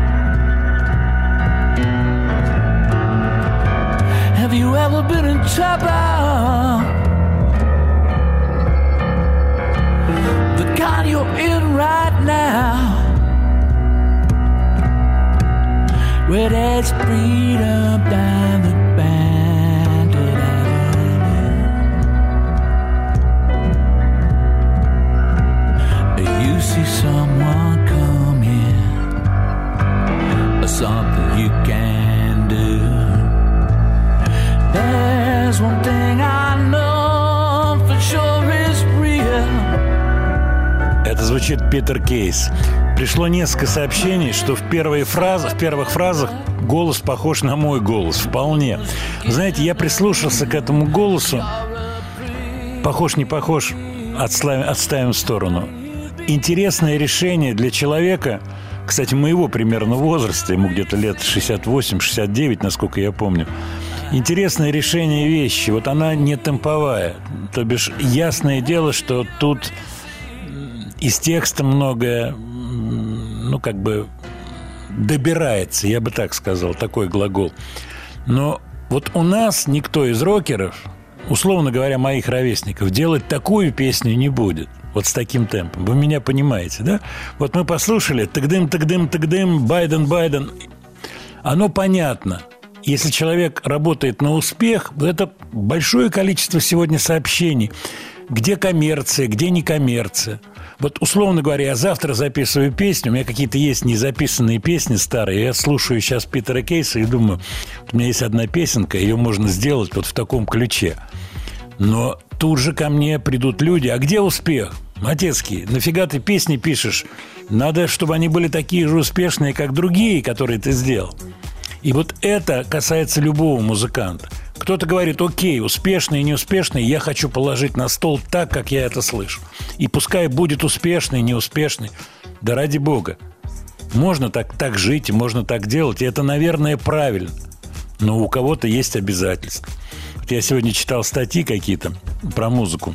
Have you ever been in trouble? The kind you're in right now, where there's freedom down the Bandit Avenue. You see someone come in, or something you can do. There's one thing I know for sure is real. Это звучит Питер Кейс. Пришло несколько сообщений, что в первых фразах голос похож на мой голос. Вполне. Знаете, я прислушался к этому голосу. Похож, не похож, отставим в сторону. Интересное решение для человека, кстати, моего примерно возраста, ему где-то лет 68-69, насколько я помню. Интересное решение вещи. Вот она не темповая. То бишь, ясное дело, что тут из текста многое, ну, как бы добирается, я бы так сказал, такой глагол. Но вот у нас никто из рокеров, условно говоря, моих ровесников, делать такую песню не будет. Вот с таким темпом. Вы меня понимаете, да? Вот мы послушали «Тагдым, Байден». Оно понятно. Если человек работает на успех, это большое количество сегодня сообщений. Где коммерция, где не коммерция. Вот, условно говоря, я завтра записываю песню, у меня какие-то есть незаписанные песни старые, я слушаю сейчас Питера Кейса и думаю, у меня есть одна песенка, ее можно сделать вот в таком ключе. Но тут же ко мне придут люди, а где успех? Отецкий, нафига ты песни пишешь? Надо, чтобы они были такие же успешные, как другие, которые ты сделал. И вот это касается любого музыканта. Кто-то говорит, окей, успешный и неуспешный я хочу положить на стол так, как я это слышу. И пускай будет успешный и неуспешный. Да ради бога. Можно так жить, можно так делать. И это, наверное, правильно. Но у кого-то есть обязательства. Вот я сегодня читал статьи какие-то про музыку.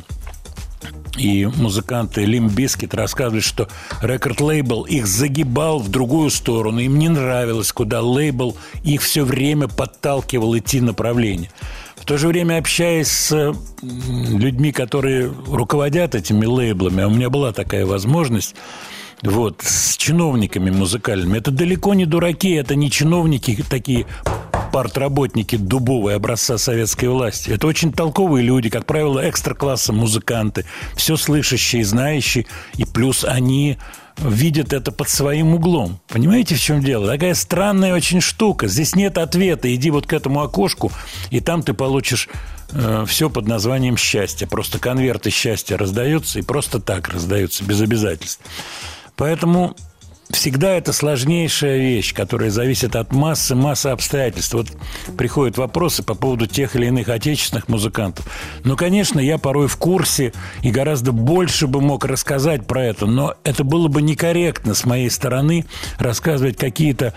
И музыканты Limp Bizkit рассказывали, что рекорд-лейбл их загибал в другую сторону. Им не нравилось, куда лейбл их все время подталкивал идти направление. В то же время, общаясь с людьми, которые руководят этими лейблами, а у меня была такая возможность, вот, с чиновниками музыкальными. Это далеко не дураки, это не чиновники такие партработники дубовые образца советской власти. Это очень толковые люди, как правило, экстра-класса музыканты, все слышащие, знающие, и плюс они видят это под своим углом. Понимаете, в чем дело? Такая странная очень штука. Здесь нет ответа. Иди вот к этому окошку, и там ты получишь все под названием счастье. Просто конверты счастья раздаются, и просто так раздаются, без обязательств. Поэтому всегда это сложнейшая вещь, которая зависит от массы обстоятельств. Вот приходят вопросы по поводу тех или иных отечественных музыкантов. Ну, конечно, я порой в курсе и гораздо больше бы мог рассказать про это, но это было бы некорректно с моей стороны рассказывать какие-то,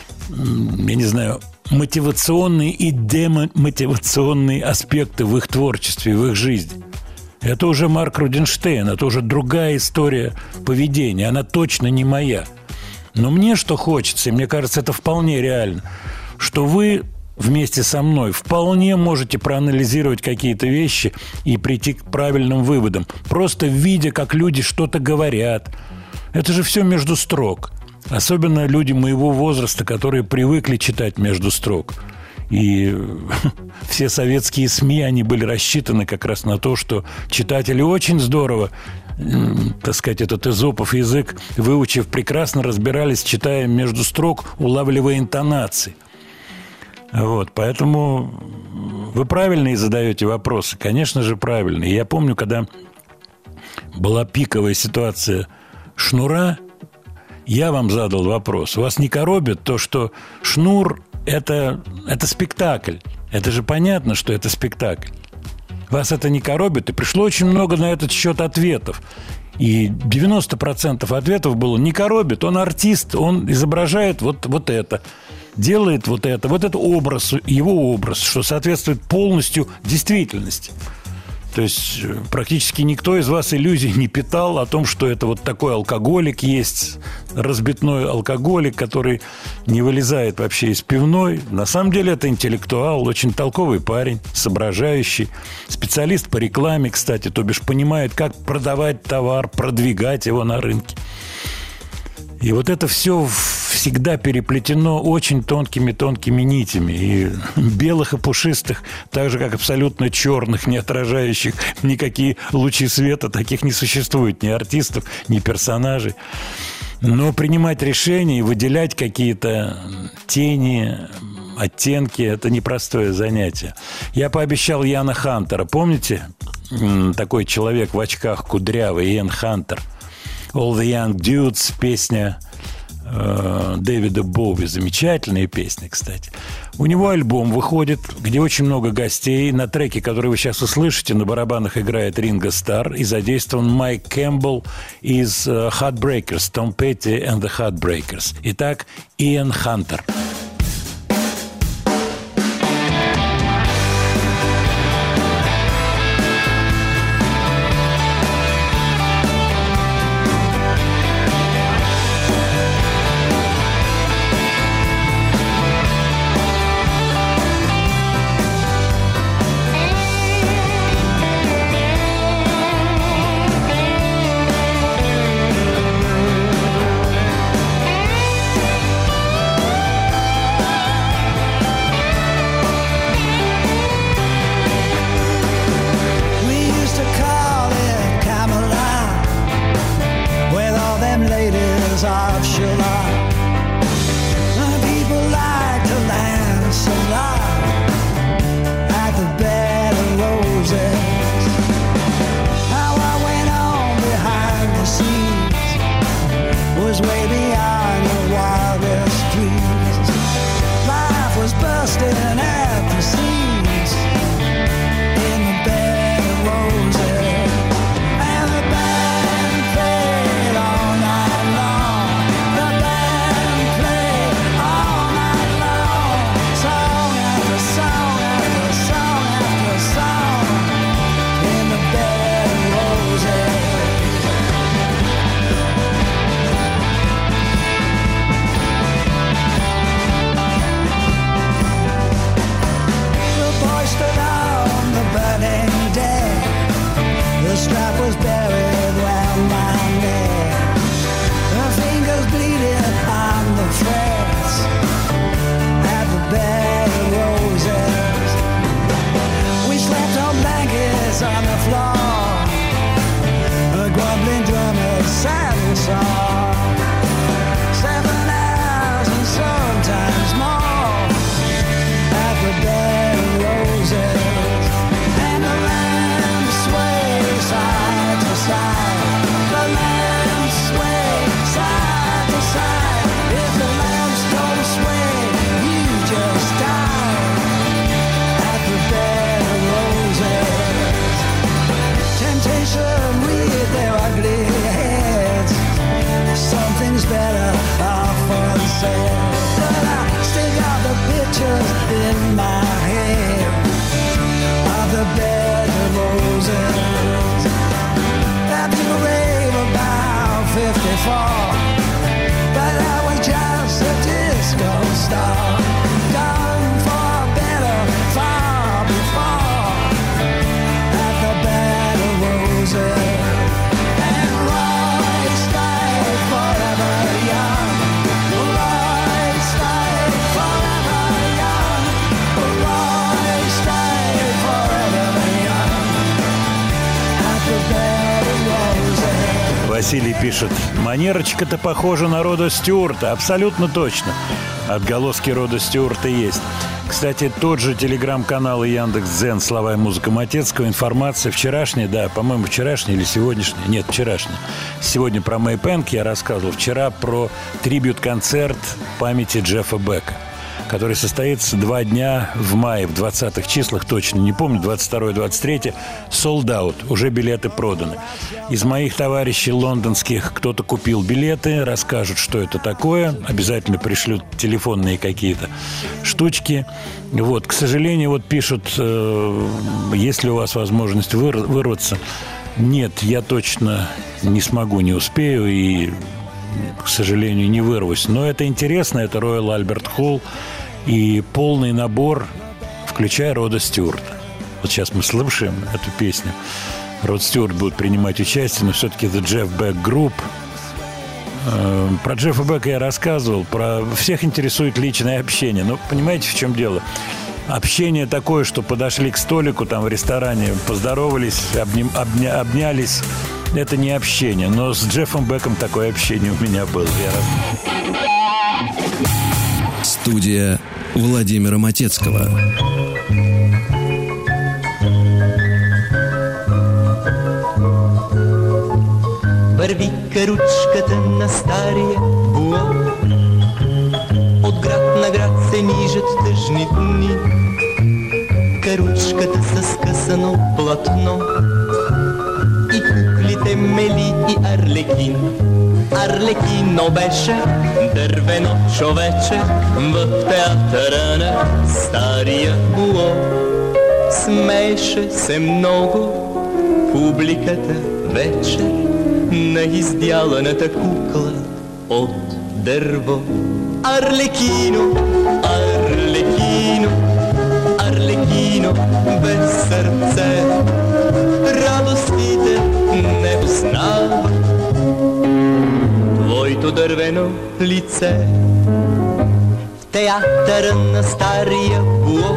я не знаю, мотивационные и демотивационные аспекты в их творчестве, в их жизни. Это уже Марк Руденштейн, это уже другая история поведения, она точно не моя. Но мне что хочется, и мне кажется, это вполне реально, что вы вместе со мной вполне можете проанализировать какие-то вещи и прийти к правильным выводам, просто видя, как люди что-то говорят. Это же все между строк. Особенно люди моего возраста, которые привыкли читать между строк. И все советские СМИ, они были рассчитаны как раз на то, что читатели очень здорово, так сказать, этот эзопов язык, выучив, прекрасно разбирались, читая между строк, улавливая интонации. Вот, поэтому вы правильные задаете вопросы. Конечно же, правильные. Я помню, когда была пиковая ситуация Шнура, я вам задал вопрос. Вас не коробит то, что Шнур – это спектакль. Это же понятно, что это спектакль. Вас это не коробит? И пришло очень много на этот счет ответов. И 90% ответов было: не коробит, он артист, он изображает вот это, делает вот это образ, его образ, что соответствует полностью действительности. То есть практически никто из вас иллюзий не питал о том, что это вот такой алкоголик есть, разбитной алкоголик, который не вылезает вообще из пивной. На самом деле это интеллектуал, очень толковый парень, соображающий, специалист по рекламе, кстати, то бишь понимает, как продавать товар, продвигать его на рынке. И вот это все всегда переплетено очень тонкими нитями. И белых и пушистых, так же, как абсолютно черных, не отражающих никакие лучи света, таких не существует. Ни артистов, ни персонажей. Но принимать решения и выделять какие-то тени, оттенки – это непростое занятие. Я пообещал Яна Хантера. Помните? Такой человек в очках, кудрявый, Иэн Хантер. All the Young Dudes, песня Дэвида Боуи. Замечательная песня, кстати. У него альбом выходит, где очень много гостей. На треке, который вы сейчас услышите, на барабанах играет Ринго Старр и задействован Майк Кэмпбелл из Heartbreakers, Tom Petty and the Heartbreakers. Итак, Иэн Хантер. Василий пишет: манерочка-то похожа на Рода Стюарта. Абсолютно точно. Отголоски Рода Стюарта есть. Кстати, тот же телеграм-канал и Яндекс.Дзен «Слова и музыка Матецкого». Информация вчерашняя, да, по-моему, вчерашняя или сегодняшняя. Нет, вчерашняя. Сегодня про Мэй Пэнк я рассказывал. Вчера про трибьют-концерт памяти Джеффа Бека, который состоится 2 дня в мае, в 20-х числах, точно не помню, 22-23, sold out, уже билеты проданы. Из моих товарищей лондонских кто-то купил билеты, расскажут, что это такое, обязательно пришлют телефонные какие-то штучки. Вот, к сожалению, вот пишут, есть ли у вас возможность вырваться. Нет, я точно не смогу, не успею и, к сожалению, не вырвусь. Но это интересно, это Royal Albert Hall и полный набор, включая Рода Стюарта. Вот сейчас мы слушаем эту песню. Род Стюарт будет принимать участие, но все-таки The Jeff Beck Group. Про Джеффа Бека я рассказывал, про всех интересует личное общение. Но понимаете, в чем дело? Общение такое, что подошли к столику там в ресторане, поздоровались, обнялись. Это не общение, но с Джеффом Беком такое общение у меня было. Студия Владимира Матецкого. Върви-ка ручката на стария буа, от град на град се нижат тъжни дни. Каручката с скъсано платно и куклите Мели и Арлекин. Арлекино беше дървено човече в театъра на стария буо. Смееше се много публиката вечер на издяланата кукла от дърво. Арлекино, Арлекино, Арлекино без сърце, радостите не познава твоето дървено лице. В театъра на стария буо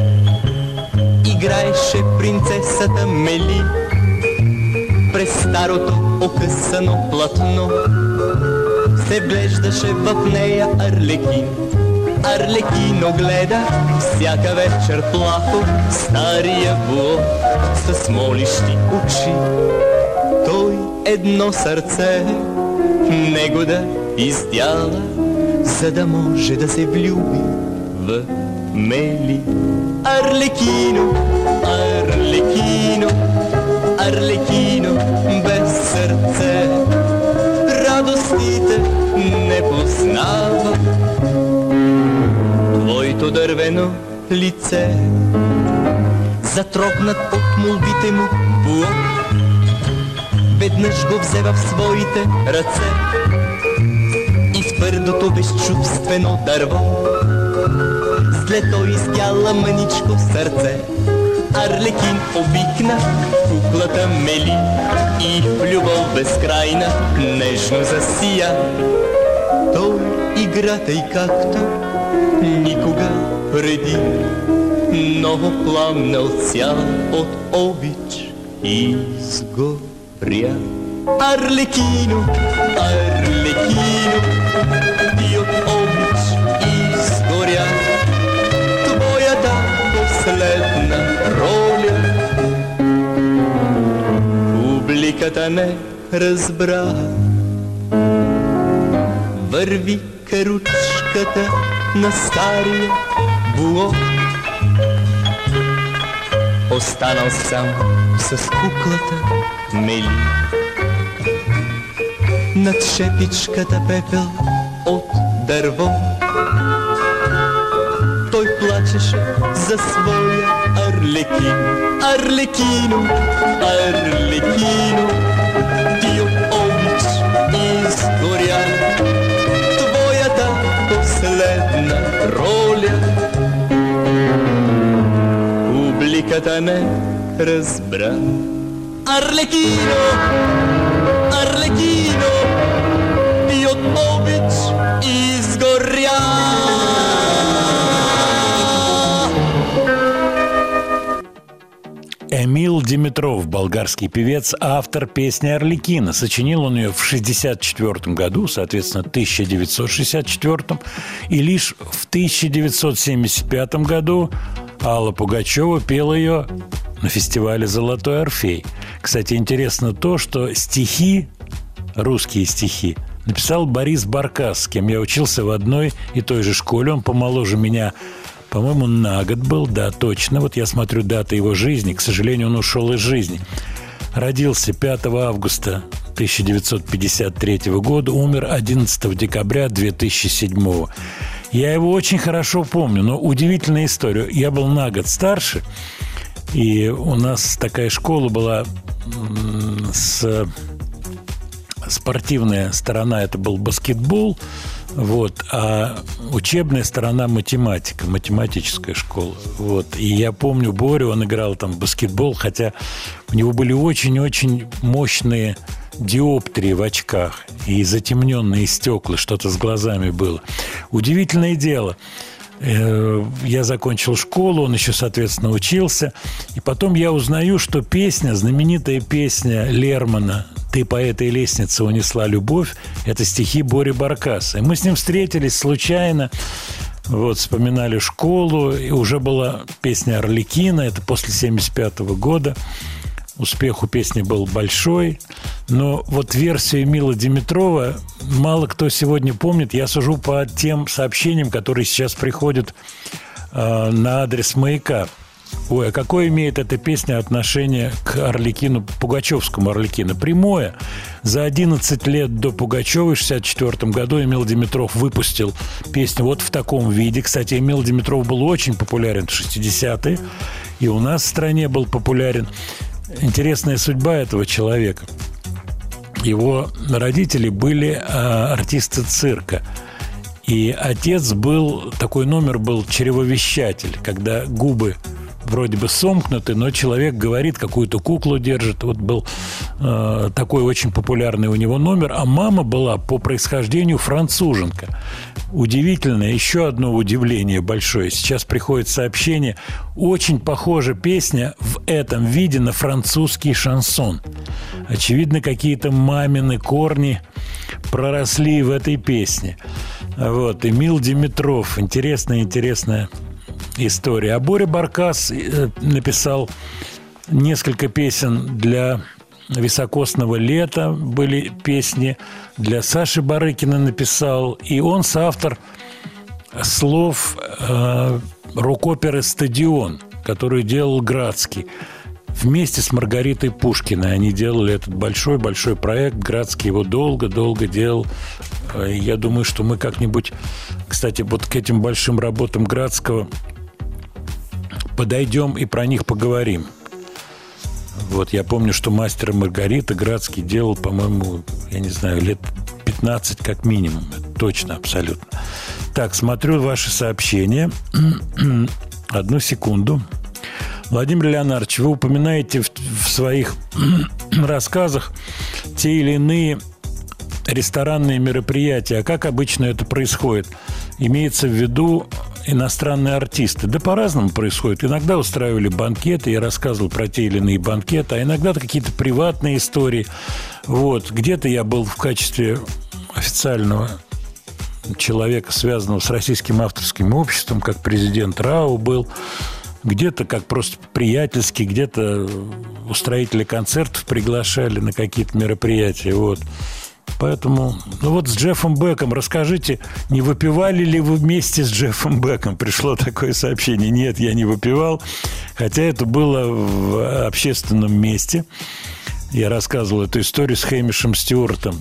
играеше принцесата Мели. През старото окъсано платно се вглеждаше в нея Арлекин. Арлекино гледа всяка вечер плахо стария буо с молищи очи. Той едно сърце него да издяла, за да може да се влюби в Мели. Арлекино, Арлекино, Арлекино без сърце, радостите не познава твоето дървено лице. Затрогнат от молбите му буо, веднъж го взе в своите ръце и в твърдото безчувствено дърво след той изтяла мъничко сърце. Арлекин обикна куклата Мели и в любов безкрайна нежно засия. Той играта и както никога преди, много пламнал цял от обич изгоря. Арлекино, Арлекино, ти от обич изгоря. Твоята последна роля публиката не разбра. Върви каручката на стария буо, останал сам с куклата Мели. Над шепичката пепел от дърво той плачеше за своя Арлекин. Арлекино, Арлекино, ти от обич изгоря. Твоята последна роля публиката не разбра. Арлекино, Арлекино, ти от обич изгоря. Эмил Димитров, болгарский певец, автор песни «Арлекино». Сочинил он ее в 1964 году, соответственно, 1964. И лишь в 1975 году Алла Пугачева пела ее на фестивале «Золотой Орфей». Кстати, интересно то, что стихи, русские стихи, написал Борис Баркас, с кем я учился в одной и той же школе. Он помоложе меня, по-моему, на год был, да, точно. Вот я смотрю даты его жизни. К сожалению, он ушел из жизни. Родился 5 августа 1953 года, умер 11 декабря 2007. Я его очень хорошо помню, но удивительная история. Я был на год старше, и у нас такая школа была спортивная сторона, это был баскетбол, вот, а учебная сторона математика, математическая школа. Вот. И я помню Борю, он играл там в баскетбол, хотя у него были очень-очень мощные диоптрии в очках и затемненные стекла, что-то с глазами было. Удивительное дело. Я закончил школу, он еще, соответственно, учился. И потом я узнаю, что песня, знаменитая песня Лермона «Ты по этой лестнице унесла любовь», это стихи Бори Баркаса. И мы с ним встретились случайно, вот, вспоминали школу, и уже была песня «Арлекино», это после 1975 года. Успех у песни был большой, но вот версию Эмила Димитрова мало кто сегодня помнит. Я сужу по тем сообщениям, которые сейчас приходят на адрес «Маяка». Ой, а какое имеет эта песня отношение к Арлекину, пугачевскому Арлекину? Прямое. За 11 лет до Пугачевой, в 1964 году, Эмил Димитров выпустил песню вот в таком виде. Кстати, Эмил Димитров был очень популярен в 60-е, и у нас в стране был популярен. Интересная судьба этого человека. Его родители были артисты цирка. И отец был, такой номер был чревовещатель, когда губы вроде бы сомкнуты, но человек говорит, какую-то куклу держит. Вот был такой очень популярный у него номер. А мама была по происхождению француженка. Удивительное, еще одно удивление большое. Сейчас приходит сообщение. Очень похожа песня в этом виде на французский шансон. Очевидно, какие-то мамины корни проросли в этой песне. Вот, Эмил Димитров. Интересная история. А Боря Баркас написал несколько песен для «Високосного лета», были песни, для Саши Барыкина написал, и он соавтор слов рок-оперы «Стадион», которую делал Градский. Вместе с Маргаритой Пушкиной они делали этот большой-большой проект. Градский его долго-долго делал. Я думаю, что мы как-нибудь, кстати, вот к этим большим работам Градского подойдем и про них поговорим. Вот я помню, что «Мастер и Маргарита» Градский делал, по-моему, я не знаю, лет 15 как минимум. Точно, абсолютно. Так, смотрю ваши сообщения. Одну секунду. Владимир Леонардович, вы упоминаете в своих рассказах те или иные ресторанные мероприятия. А как обычно это происходит? Имеется в виду иностранные артисты. Да по-разному происходит. Иногда устраивали банкеты, я рассказывал про те или иные банкеты, а иногда какие-то приватные истории. Вот. Где-то я был в качестве официального человека, связанного с Российским авторским обществом, как президент РАО был. Где-то как просто приятельски, где-то устроители концертов приглашали на какие-то мероприятия. Вот. Поэтому, ну вот с Джеффом Беком расскажите, не выпивали ли вы вместе с Джеффом Беком? Пришло такое сообщение. Нет, я не выпивал, хотя это было в общественном месте. Я рассказывал эту историю с Хэмишем Стюартом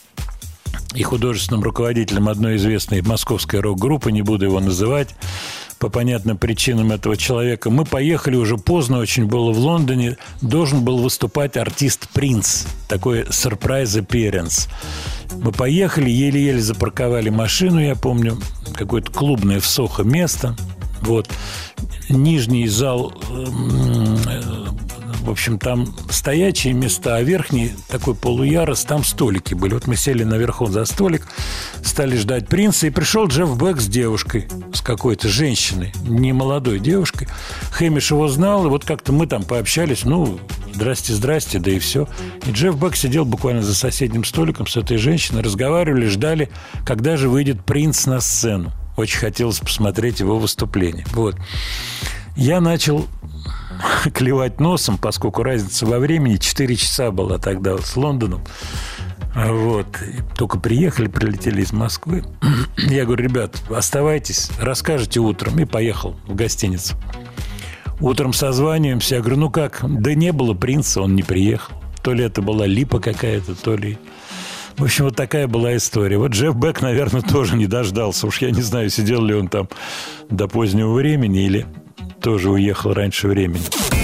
и художественным руководителем одной известной московской рок-группы, не буду его называть, по понятным причинам этого человека. Мы поехали уже поздно, очень было в Лондоне. Должен был выступать артист Принц. Такой surprise appearance. Мы поехали, еле-еле запарковали машину, я помню. Какое-то клубное в Сохо место. Вот. Нижний зал В общем, там стоячие места, а верхний такой полуярус, там столики были. Вот мы сели наверху за столик, стали ждать принца, и пришел Джефф Бек с девушкой, с какой-то женщиной, не молодой девушкой. Хэмиш его знал, и вот как-то мы там пообщались, ну, здрасте, да и все. И Джефф Бек сидел буквально за соседним столиком с этой женщиной, разговаривали, ждали, когда же выйдет принц на сцену. Очень хотелось посмотреть его выступление. Вот. Я начал клевать носом, поскольку разница во времени 4 часа была тогда с Лондоном. Вот. Только прилетели из Москвы. Я говорю: ребят, оставайтесь, расскажете утром. И поехал в гостиницу. Утром созваниваемся. Я говорю: ну как? Да не было принца, он не приехал. То ли это была липа какая-то, то ли... В общем, вот такая была история. Вот Джефф Бек, наверное, тоже не дождался. Уж я не знаю, сидел ли он там до позднего времени или тоже уехал раньше времени.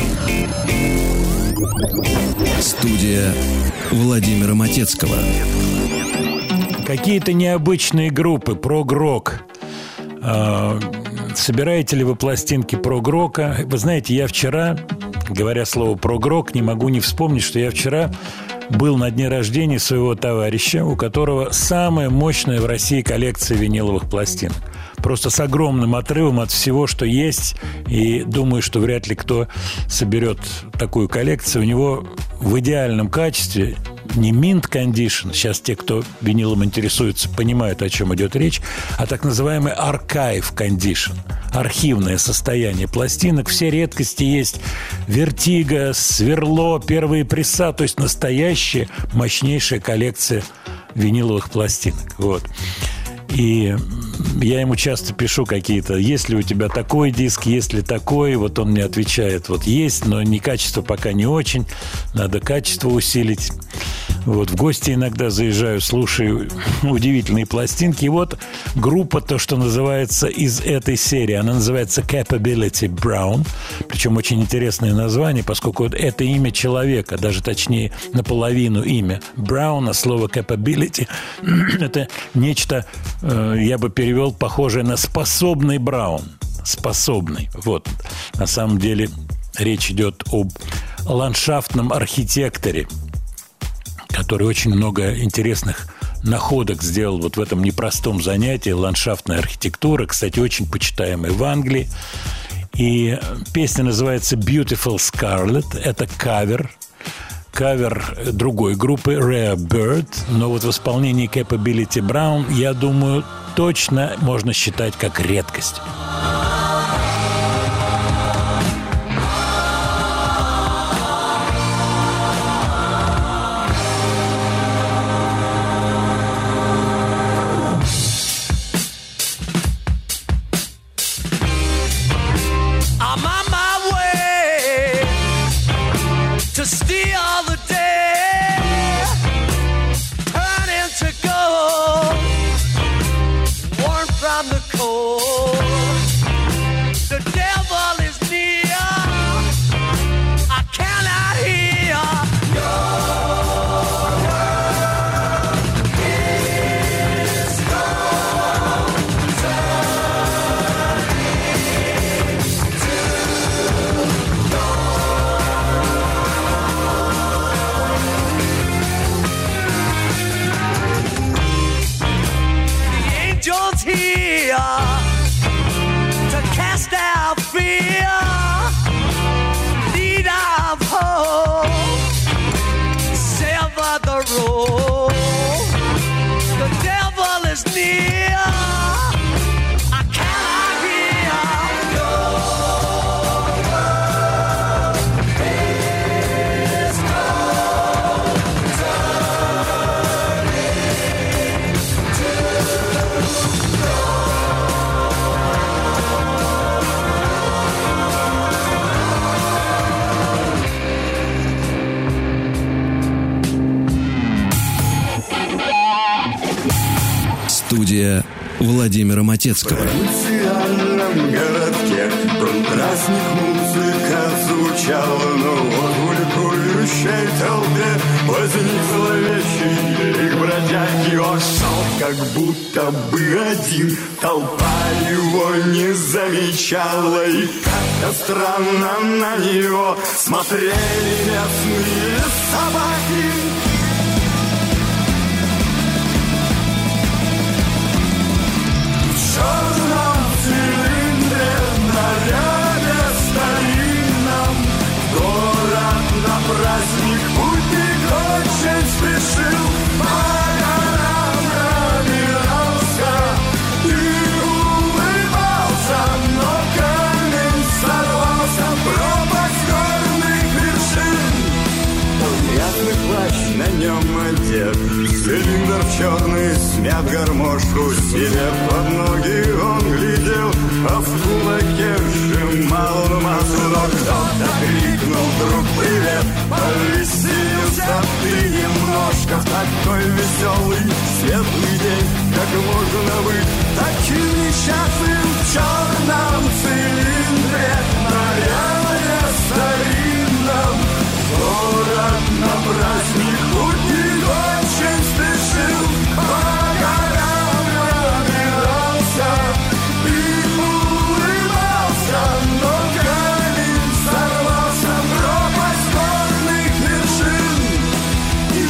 Студия Владимира Матецкого. Какие-то необычные группы, прог-рок. Собираете ли вы пластинки прог-рока? Вы знаете, я вчера, говоря слово прог-рок, не могу не вспомнить, что я вчера был на дне рождения своего товарища, у которого самая мощная в России коллекция виниловых пластинок. Просто с огромным отрывом от всего, что есть. И думаю, что вряд ли кто соберет такую коллекцию. У него в идеальном качестве не mint condition, сейчас те, кто винилом интересуется, понимают, о чем идет речь, а так называемый archive condition, архивное состояние пластинок. Все редкости есть: Вертиго, Сверло, первые пресса, то есть настоящая мощнейшая коллекция виниловых пластинок. Вот. И я ему часто пишу какие-то: есть ли у тебя такой диск, есть ли такой? Вот он мне отвечает: вот есть, но качество пока не очень, надо качество усилить. Вот, в гости иногда заезжаю, слушаю удивительные пластинки. И вот группа, то, что называется из этой серии, она называется Capability Brown. Причем очень интересное название, поскольку вот это имя человека, даже точнее наполовину имя Brown, а слово Capability – это нечто, я бы перевел, похожее на способный Браун. Способный. Вот. На самом деле речь идет об ландшафтном архитекторе, который очень много интересных находок сделал вот в этом непростом занятии ландшафтная архитектура, кстати, очень почитаемая в Англии. И песня называется Beautiful Scarlet. Это кавер другой группы Rare Bird, но вот в исполнении Capability Brown, я думаю, точно можно считать как редкость. Студия Владимира Матецкого. В провинциальном городке кроме праздник музыка звучала, но вот в ликующей толпе возник зловещий лик бродяги. Он шел как будто бы один, толпа его не замечала, и как-то странно на него смотрели местные собаки. В черном цилиндре, наряде старинном, город на праздник путник очень спешил. По горам пробирался и улыбался, но камень сорвался в пропасть горных вершин. Приятный плащ на нем одет, цилиндр черный, снят гармошку себе под ноги он глядел, а в кулаке сжимал он массу. Но кто-то крикнул вдруг привет, повеселился ты немножко в такой веселый, светлый день. Как можно быть таким несчастным в черном цилиндре, наряде старинном? Город на праздник путник очень спешил, по горам пробирался и улыбался, но камень сорвался в пропасть горных вершин. И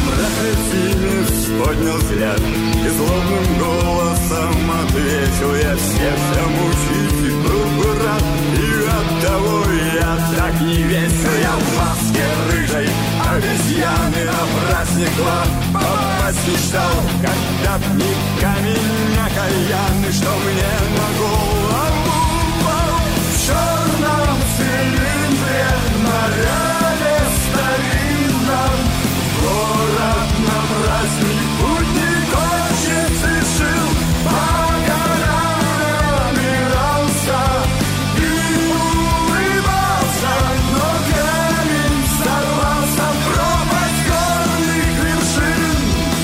мрак поднял взгляд и злобным голосом ответил: я всех замучить был бы рад, и оттого я так не весел. Я в маске рыжей обезьяны на праздник попасть мечтал, когда б не камень окаянный, что мне на голову упал. В черном цилиндре, наряде старинном, город на праздник путник очень спешил, по горам пробирался и улыбался, но камень сорвался в пропасть горных вершин.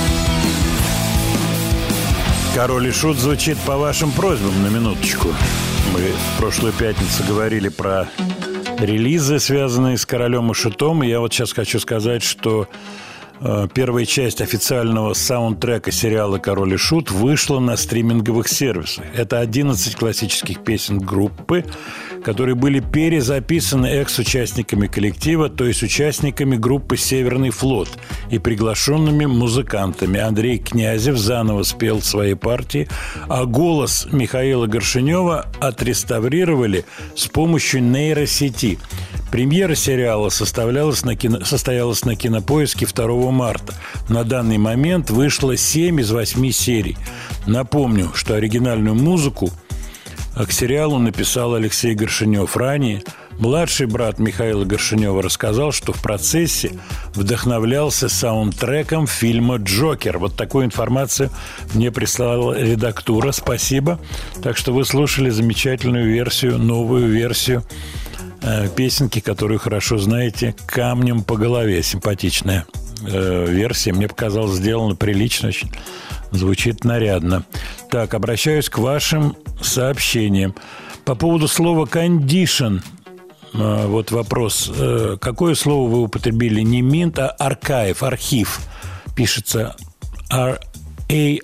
Король и Шут звучит по вашим просьбам, на минуточку. Мы в прошлую пятницу говорили про релизы, связанные с Королем и Шутом. И я вот сейчас хочу сказать, что первая часть официального саундтрека сериала «Король и Шут» вышла на стриминговых сервисах. Это 11 классических песен группы, которые были перезаписаны экс-участниками коллектива, то есть участниками группы «Северный флот» и приглашенными музыкантами. Андрей Князев заново спел свои партии, а голос Михаила Горшенева отреставрировали с помощью нейросети. Премьера сериала состоялась на Кинопоиске 2 марта. На данный момент вышло 7 из 8 серий. Напомню, что оригинальную музыку к сериалу написал Алексей Горшенев. Ранее младший брат Михаила Горшенева рассказал, что в процессе вдохновлялся саундтреком фильма «Джокер». Вот такую информацию мне прислала редактура. Спасибо. Так что вы слушали замечательную версию, новую версию песенки, которую хорошо знаете, «Камнем по голове». Симпатичная версия. Мне показалось, сделана прилично очень. Звучит нарядно. Так, обращаюсь к вашим сообщениям. По поводу слова «condition». Вот вопрос. Какое слово вы употребили? Не «mint», а «архив». Архив. Пишется A-R-C-H-I-V-E.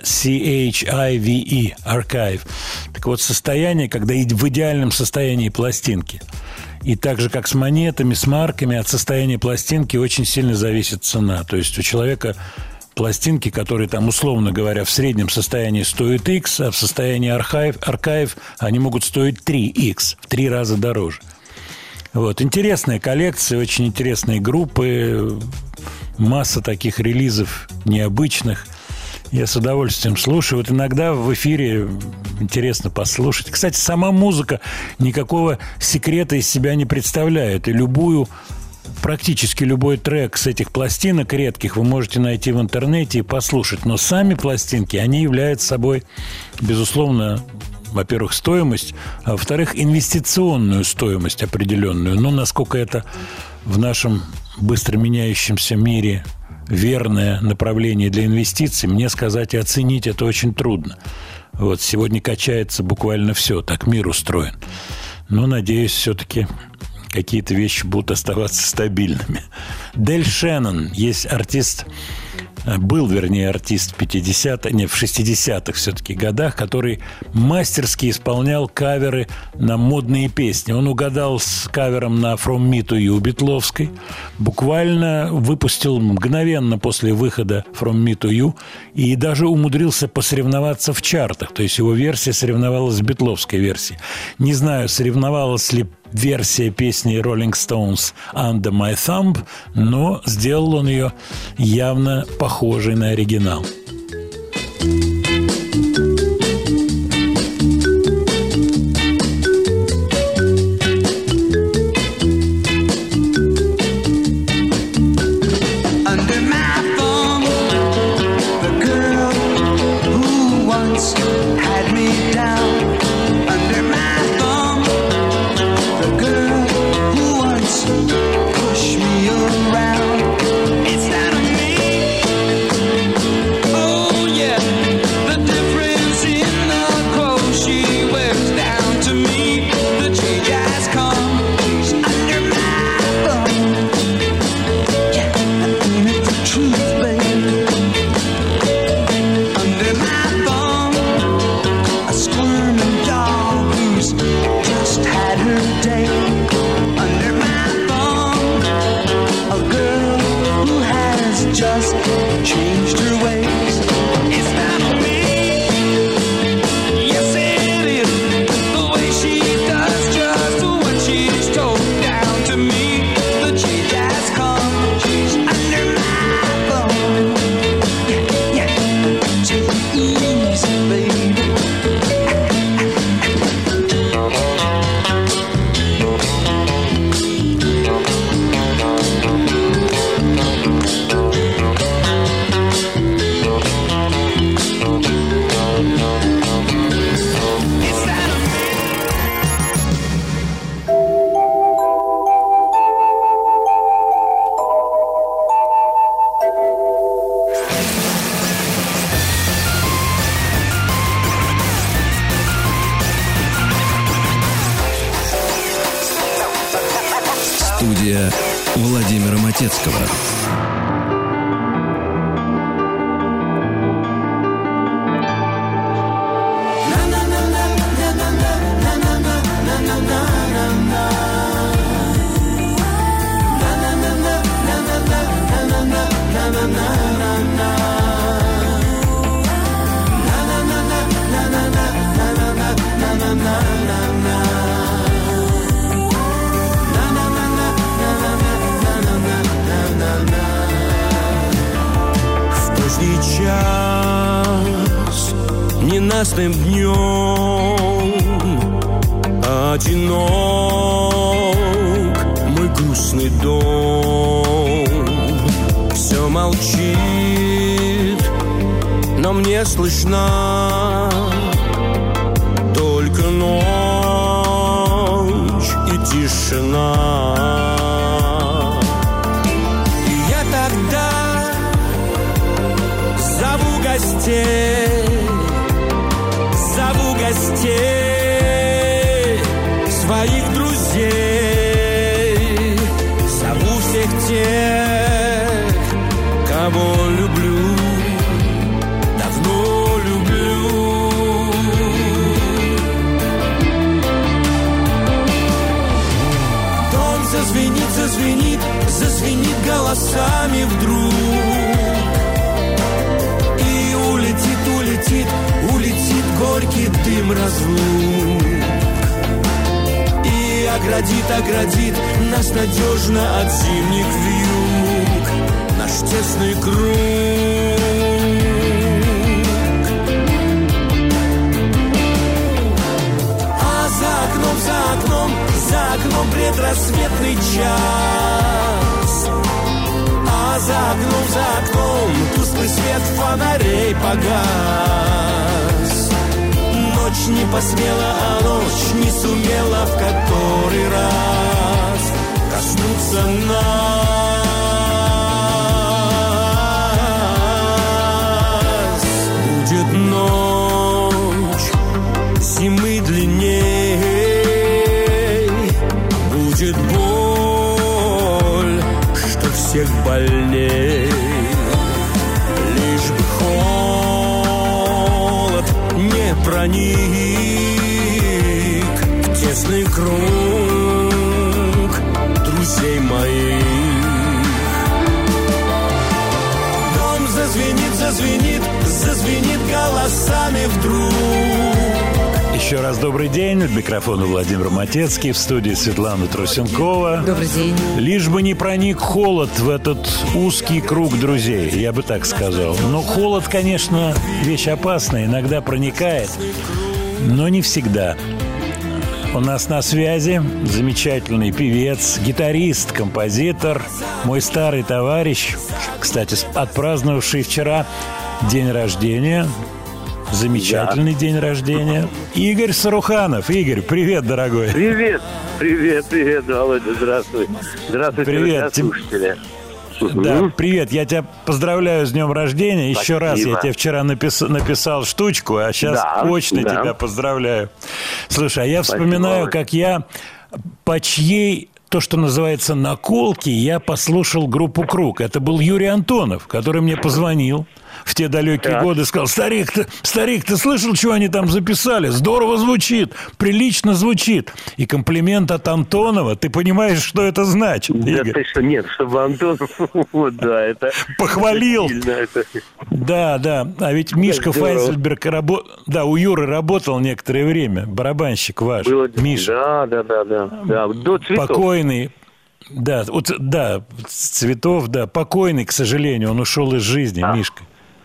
Архив. Так вот, состояние, когда в идеальном состоянии пластинки. И так же, как с монетами, с марками, от состояния пластинки очень сильно зависит цена. То есть у человека пластинки, которые там, условно говоря, в среднем состоянии стоят X, а в состоянии архив они могут стоить 3X, в 3 раза дороже. Вот. Интересная коллекция, очень интересные группы, масса таких релизов необычных. Я с удовольствием слушаю. Вот иногда в эфире интересно послушать. Кстати, сама музыка никакого секрета из себя не представляет. И практически любой трек с этих пластинок редких вы можете найти в интернете и послушать. Но сами пластинки, они являются собой, безусловно, во-первых, стоимость, а во-вторых, инвестиционную стоимость определенную. Но насколько это в нашем быстро меняющемся мире верное направление для инвестиций, мне сказать и оценить это очень трудно. Вот сегодня качается буквально все, так мир устроен. Но, надеюсь, все-таки какие-то вещи будут оставаться стабильными. Дель Шеннон, есть артист, был, вернее, артист в 60-х все-таки годах, который мастерски исполнял каверы на модные песни. Он угадал с кавером на From Me to You Битловской, буквально выпустил мгновенно после выхода From Me to You и даже умудрился посоревноваться в чартах. То есть его версия соревновалась с битловской версией. Не знаю, соревновалась ли версия песни Rolling Stones Under My Thumb, но сделал он ее явно похожей на оригинал. Студия Владимира Матецкого. Ненастным днем одинок мой грустный дом. Все молчит, но мне слышна только ночь и тишина. И я тогда зову гостей, своих друзей, зову всех тех, кого люблю, давно люблю. Дом зазвенит, зазвенит, зазвенит голосами вдруг. И улетит, улетит, улетит горький дым разлук. Оградит, оградит нас надежно от зимних вьюг наш тесный круг. А за окном предрассветный час. А за окном тусклый свет фонарей погас. Ночь не посмела, а ночь не сумела в который раз коснуться нас. Будет ночь зимы длинней, будет боль всех больней. Лишь бы холод не проник в тесный круг друзей моих. Дом зазвенит, зазвенит, зазвенит голосами вдруг. Еще раз добрый день. От микрофона Владимир Матецкий. В студии Светлана Трусенкова. Добрый день. Лишь бы не проник холод в этот узкий круг друзей, я бы так сказал. Но холод, конечно, вещь опасная. Иногда проникает, но не всегда. У нас на связи замечательный певец, гитарист, композитор, мой старый товарищ, кстати, отпраздновавший вчера день рождения. Замечательный день рождения. Игорь Саруханов. Игорь, привет, дорогой. Привет, Володя, здравствуй. Здравствуйте, привет, слушатели. Да, привет, я тебя поздравляю с днем рождения. Еще раз, я тебе вчера написал штучку, а сейчас очно тебя поздравляю. Слушай, а я вспоминаю, как я по чьей, то, что называется, наколки, я послушал группу «Круг». Это был Юрий Антонов, который мне позвонил в те далекие годы, сказал: старик, ты слышал, что они там записали? Здорово звучит, прилично звучит. И комплимент от Антонова, ты понимаешь, что это значит, Игорь? Да ты что, нет, чтобы Антонов, да, это... Похвалил. Да, а ведь Мишка Файзельберг, у Юры работал некоторое время, барабанщик ваш, Миша. Да, до Цветов. Покойный. Да, Цветов, покойный, к сожалению, он ушел из жизни, Мишка.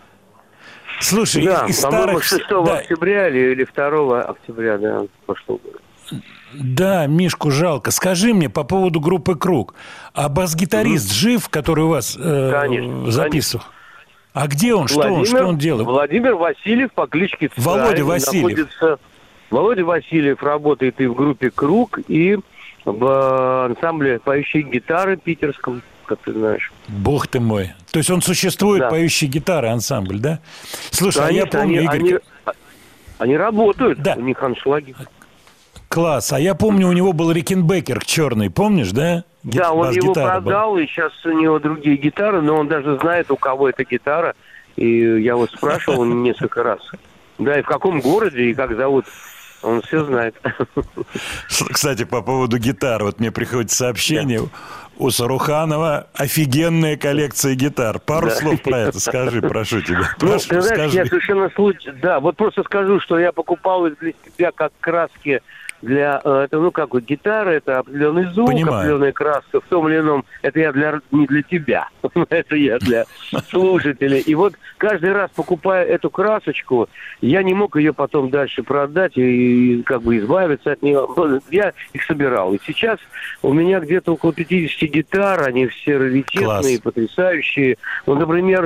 Слушай, из по-моему, старых... 6 октября или 2 октября, прошлого года. Да, Мишку жалко. Скажи мне по поводу группы «Круг». А бас-гитарист жив, который у вас записывал? А где он? Что он делает? Владимир Васильев по кличке Царь. Володя Васильев. Володя Васильев работает и в группе «Круг», и в ансамбле поющей гитары питерском, как ты знаешь. Бог ты мой. То есть он существует, поющий гитары, ансамбль, да? Слушай, конечно, а я помню, Игорь... Они работают, у них аншлаги. Класс. А я помню, у него был Рикенбекер черный, помнишь, да? Да, он его продал, и сейчас у него другие гитары, но он даже знает, у кого эта гитара. И я его спрашивал несколько раз. Да, и в каком городе, и как зовут. Он все знает. Кстати, по поводу гитар. Вот мне приходит сообщение. У Саруханова офигенная коллекция гитар. Пару слов про это скажи, прошу тебя. Ты знаешь, я совершенно случайно... Да, вот просто скажу, что я покупал их для себя как краски для... Это, гитара, это определенный звук, определенная краска в том или ином. Это я не для тебя. Это я для слушателей. И вот каждый раз, покупая эту красочку, я не мог ее потом дальше продать и избавиться от нее. Я их собирал. И сейчас у меня где-то около 50 гитар, они все раритетные, потрясающие. Вот, например,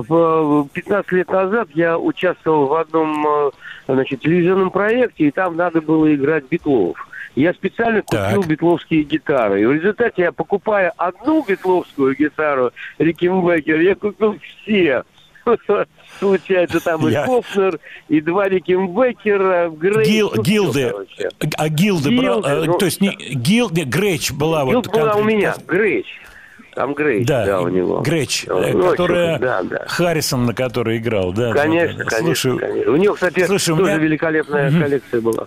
15 лет назад я участвовал в одном телевизионном проекте, и там надо было играть Битлов. Я специально купил битловские гитары. И в результате я, покупая одну битловскую гитару Рикенбекер, я купил все. Получается, там и Хофнер, и 2 Рикенбекера, Грейч. Гилды. А Гилды брал... То есть не Гилды, Грейч была. Гилд была у меня, Грейч. Там Грейч, у него. Грейч, которая Харрисон, на которой играл, да. Конечно, конечно. У него, кстати, тоже великолепная коллекция была.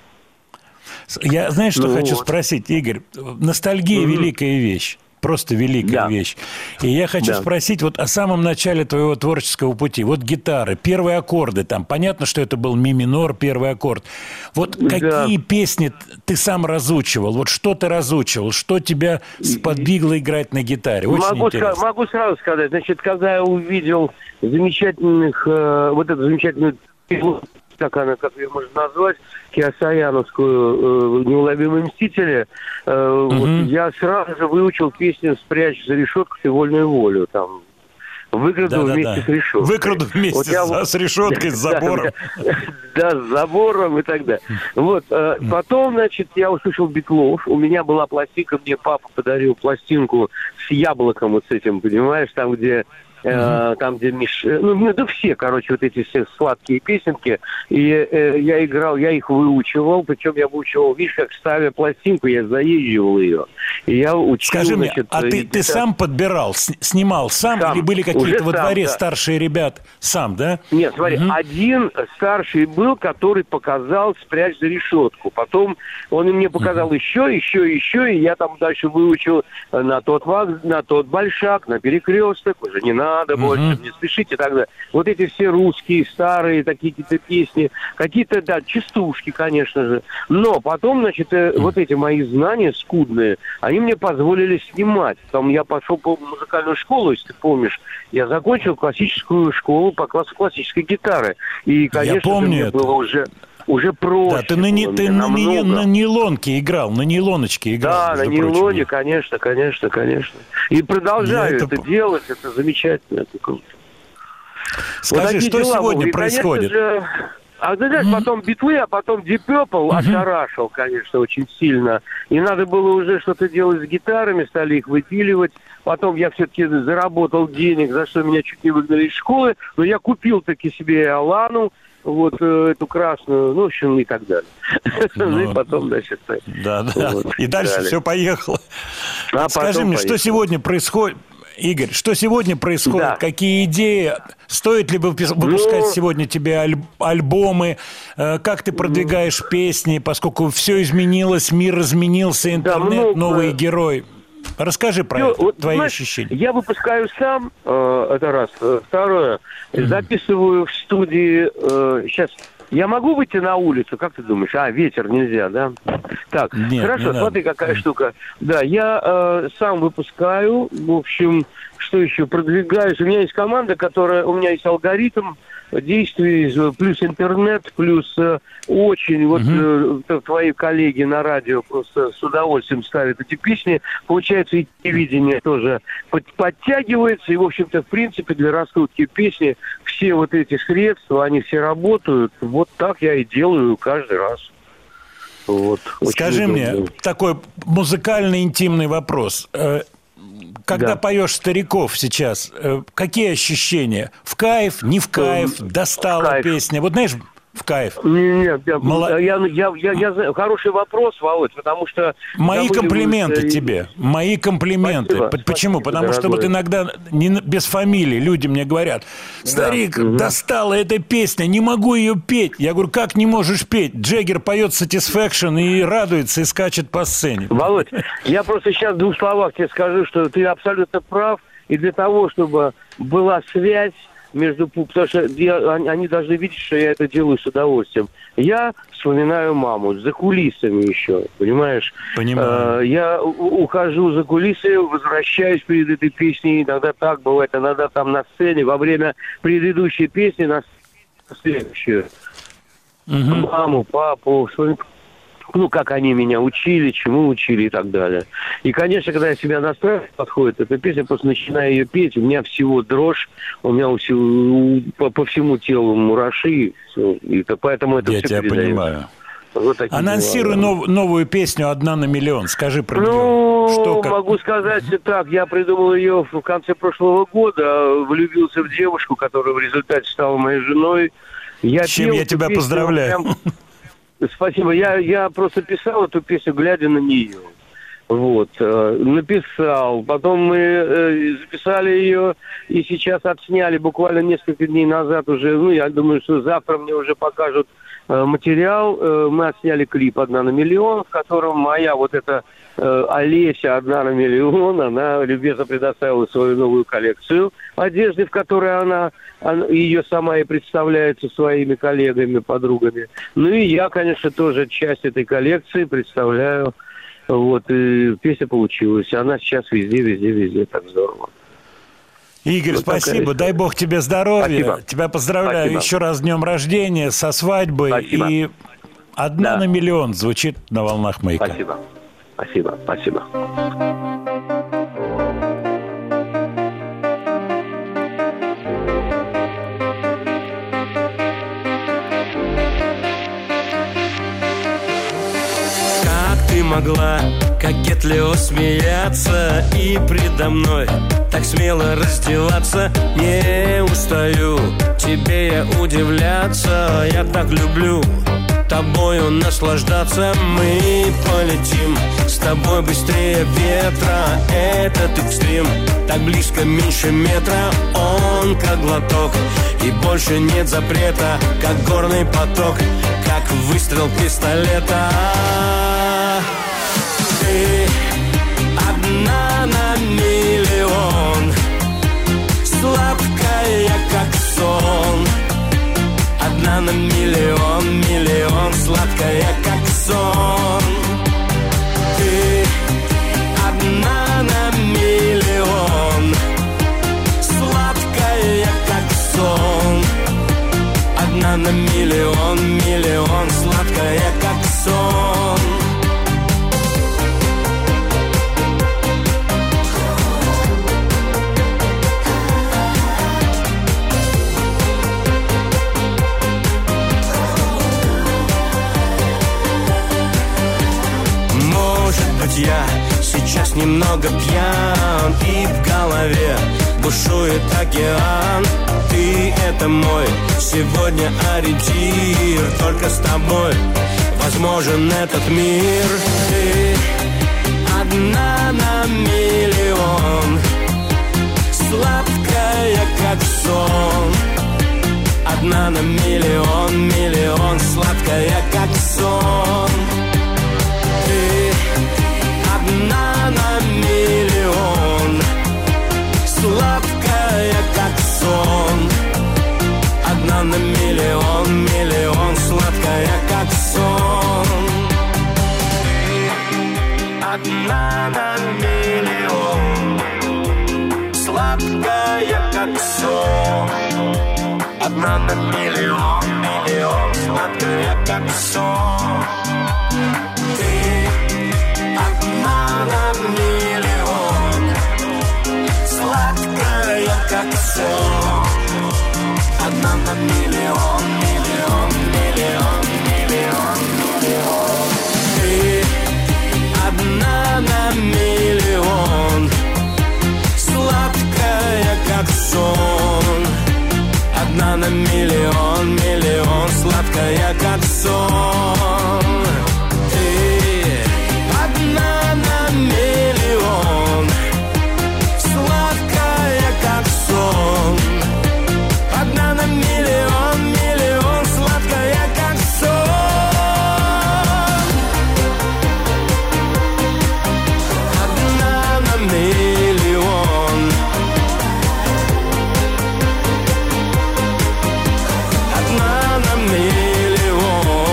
Я, знаешь, что хочу спросить, Игорь? Ностальгия – великая вещь. Просто великая вещь. И я хочу спросить вот о самом начале твоего творческого пути. Вот гитары, первые аккорды там. Понятно, что это был ми минор, первый аккорд. Вот какие песни ты сам разучивал? Вот что ты разучивал? Что тебя сподвигло играть на гитаре? Очень интересно. Могу сразу сказать. Значит, когда я увидел замечательную как ее можно назвать, Киосаяновскую «Неуловимые мстители», я сразу же выучил песню «Спрячь за решетку фривольную волю». Там выкраду вместе с решеткой. Выкраду вместе с решеткой, с забором. Да, с забором и так далее. Вот. Потом, я услышал Битлов. У меня была пластинка, мне папа подарил пластинку с яблоком вот с этим, понимаешь, там, где там, где да все, короче, вот эти все сладкие песенки. И я играл, я их выучивал, причем я выучивал, видишь, как ставя пластинку, я заезживал ее. И я учил, скажи мне, значит, ты сам подбирал, снимал сам или были какие-то во дворе старшие ребят? Сам, да? Нет, смотри, один старший был, который показал «Спрячь за решетку». Потом он мне показал еще, и я там дальше выучил на тот большак, на перекресток, уже не надо больше, не спешите и так далее. Вот эти все русские, старые какие-то песни, какие-то, да, частушки, конечно же. Но потом, значит, вот эти мои знания скудные, они мне позволили снимать. Потом я пошел по музыкальную школу, если ты помнишь. Я закончил классическую школу по классу классической гитары. И, конечно, я помню мне это. Было уже проще. Да, ты на нейлонке играл, на нейлоночке играл. Да, на нейлоне, конечно. И продолжаю это делать, это замечательно, это круто. Скажи, вот что сегодня происходит? Потом битлы, а потом Deep Purple ошарашил, конечно, очень сильно. И надо было уже что-то делать с гитарами, стали их выпиливать. Потом я все-таки заработал денег, за что меня чуть не выгнали из школы. Но я купил таки себе Алану, вот эту красную, в общем, и так далее. Ну и потом, значит... Да. И дальше все поехало. Скажи мне, что сегодня происходит... Игорь, что сегодня происходит? Да. Какие идеи? Стоит ли выпускать сегодня тебе альбомы? Как ты продвигаешь песни? Поскольку все изменилось, мир изменился, интернет, новый герой. Расскажи про твои ощущения. Я выпускаю сам, это раз. Второе, записываю в студии... Сейчас... Я могу выйти на улицу, как ты думаешь? Ветер нельзя, да? Так, нет, хорошо, смотри, какая штука. Да, я сам выпускаю, в общем, что еще, продвигаюсь. У меня есть команда, у меня есть алгоритм действий, плюс интернет, плюс очень, твои коллеги на радио просто с удовольствием ставят эти песни. Получается, и телевидение тоже подтягивается, и, в общем-то, в принципе, для раскрутки песни все вот эти средства, они все работают. Вот так я и делаю каждый раз. Вот. Скажи мне, такой музыкальный интимный вопрос. Когда поешь стариков сейчас, какие ощущения? В кайф, не в кайф, достала песня? Вот знаешь, в кайф. Нет, я знаю. Хороший вопрос, Володь, потому что... Мои комплименты тебе. Мои комплименты. Спасибо, почему? Потому что вот иногда без фамилии люди мне говорят: старик, достала эта песня, не могу ее петь. Я говорю, как не можешь петь? Джаггер поет Satisfaction и радуется, и скачет по сцене. Володь, я просто сейчас в 2 словах тебе скажу, что ты абсолютно прав. И для того, чтобы была связь потому что они должны видеть, что я это делаю с удовольствием. Я вспоминаю маму за кулисами еще, понимаешь? Понимаю. Я ухожу за кулисы, возвращаюсь перед этой песней. Иногда так бывает, иногда там на сцене, во время предыдущей песни на следующую. Маму, папу, как они меня учили, чему учили и так далее. И, конечно, когда я себя настраиваю, подходит эта песня, просто начинаю ее петь, у меня всего дрожь, у меня по всему телу мураши, и поэтому это я все тебя передается. Понимаю. Вот анонсируй новую песню «Одна на миллион». Скажи про нее. Могу сказать так. Я придумал ее в конце прошлого года, влюбился в девушку, которая в результате стала моей женой. С чем я тебя поздравляю. Спасибо. Я просто писал эту песню, глядя на нее. Вот. Написал. Потом мы записали ее и сейчас отсняли буквально несколько дней назад уже. Я думаю, что завтра мне уже покажут материал. Мы отсняли клип «Одна на миллион», в котором моя вот эта Олеся «Одна на миллион», она любезно предоставила свою новую коллекцию одежды, в которой она ее сама и представляет со своими коллегами, подругами. Ну и я, конечно, тоже часть этой коллекции представляю. Вот, и песня получилась. Она сейчас везде, так здорово. Игорь, спасибо. Дай бог тебе здоровья. Спасибо. Тебя поздравляю еще раз с днем рождения, со свадьбой. Спасибо. И «Одна на миллион» звучит на волнах «Маяка». Спасибо. Как ты могла кокетливо смеяться и предо мной так смело раздеваться. Не устаю тебе я удивляться, я так люблю тобою наслаждаться. Мы полетим с тобой быстрее ветра. Этот экстрим так близко, меньше метра. Он как глоток, и больше нет запрета. Как горный поток, как выстрел пистолета. Ты одна на миллион, сладкая как сон. Одна на миллион, миллион, сладкая как сон. Ты одна на миллион, сладкая как сон. Одна на миллион, миллион, сладкая как сон. Я сейчас немного пьян, и в голове бушует океан. Ты это мой сегодня ориентир, только с тобой возможен этот мир. Ты одна на миллион, сладкая как сон. Одна на миллион, миллион, сладкая как сон. Одна на миллион, сладкая как сон. Одна на миллион, миллион, сладкая как сон. Одна на миллион, сладкая как сон. Одна на миллион, миллион, сладкая как сон. Одна на миллион, сладкая как сон. Одна на миллион, миллион, миллион, миллион, миллион. Ты одна на миллион, сладкая как сон. Одна на миллион, миллион, сладкая как сон. Одна на миллион, сладкая как сон. Одна на миллион, миллион, сладкая как сон. Одна на миллион. Одна на миллион.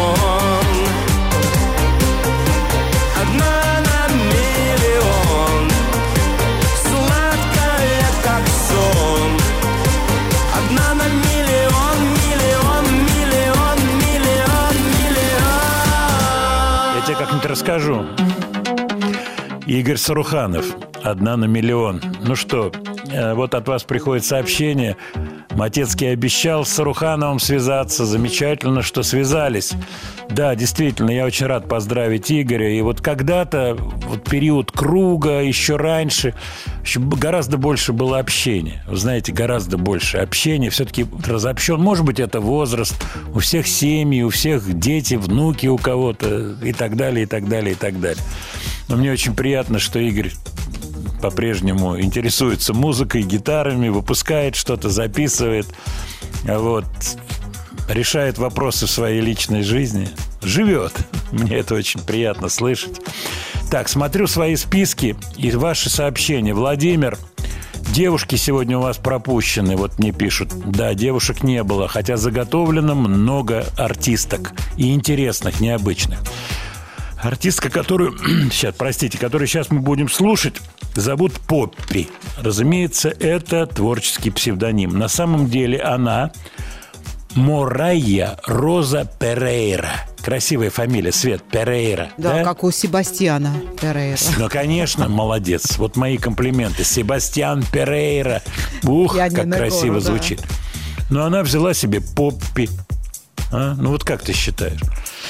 Одна на миллион, сладкая как сон. Одна на миллион, миллион, миллион, миллион, миллион. Я тебе как-нибудь расскажу. Игорь Саруханов. Одна на миллион. Ну что, вот от вас приходит сообщение. Матецкий обещал с Сарухановым связаться. Замечательно, что связались. Да, действительно, я очень рад поздравить Игоря. И вот когда-то, вот период круга, еще раньше, еще гораздо больше было общения. Вы знаете, гораздо больше общения. Все-таки разобщен. Может быть, это возраст. У всех семьи, у всех дети, внуки у кого-то и так далее, и так далее, и так далее. Но мне очень приятно, что Игорь по-прежнему интересуется музыкой, гитарами, выпускает что-то, записывает, вот, решает вопросы в своей личной жизни, живет. Мне это очень приятно слышать. Так, смотрю свои списки и ваши сообщения. Владимир, девушки сегодня у вас пропущены, вот мне пишут. Да, девушек не было, хотя заготовлено много артисток и интересных, необычных. Артистка, которую сейчас мы будем слушать, зовут Поппи. Разумеется, это творческий псевдоним. На самом деле она Морайя Роза Перейра. Красивая фамилия, Свет, Перейра. Да, как у Себастьяна Перейра. Ну, конечно, молодец. Вот мои комплименты. Себастьян Перейра. Ух, как красиво звучит. Но она взяла себе Поппи. Ну, вот как ты считаешь?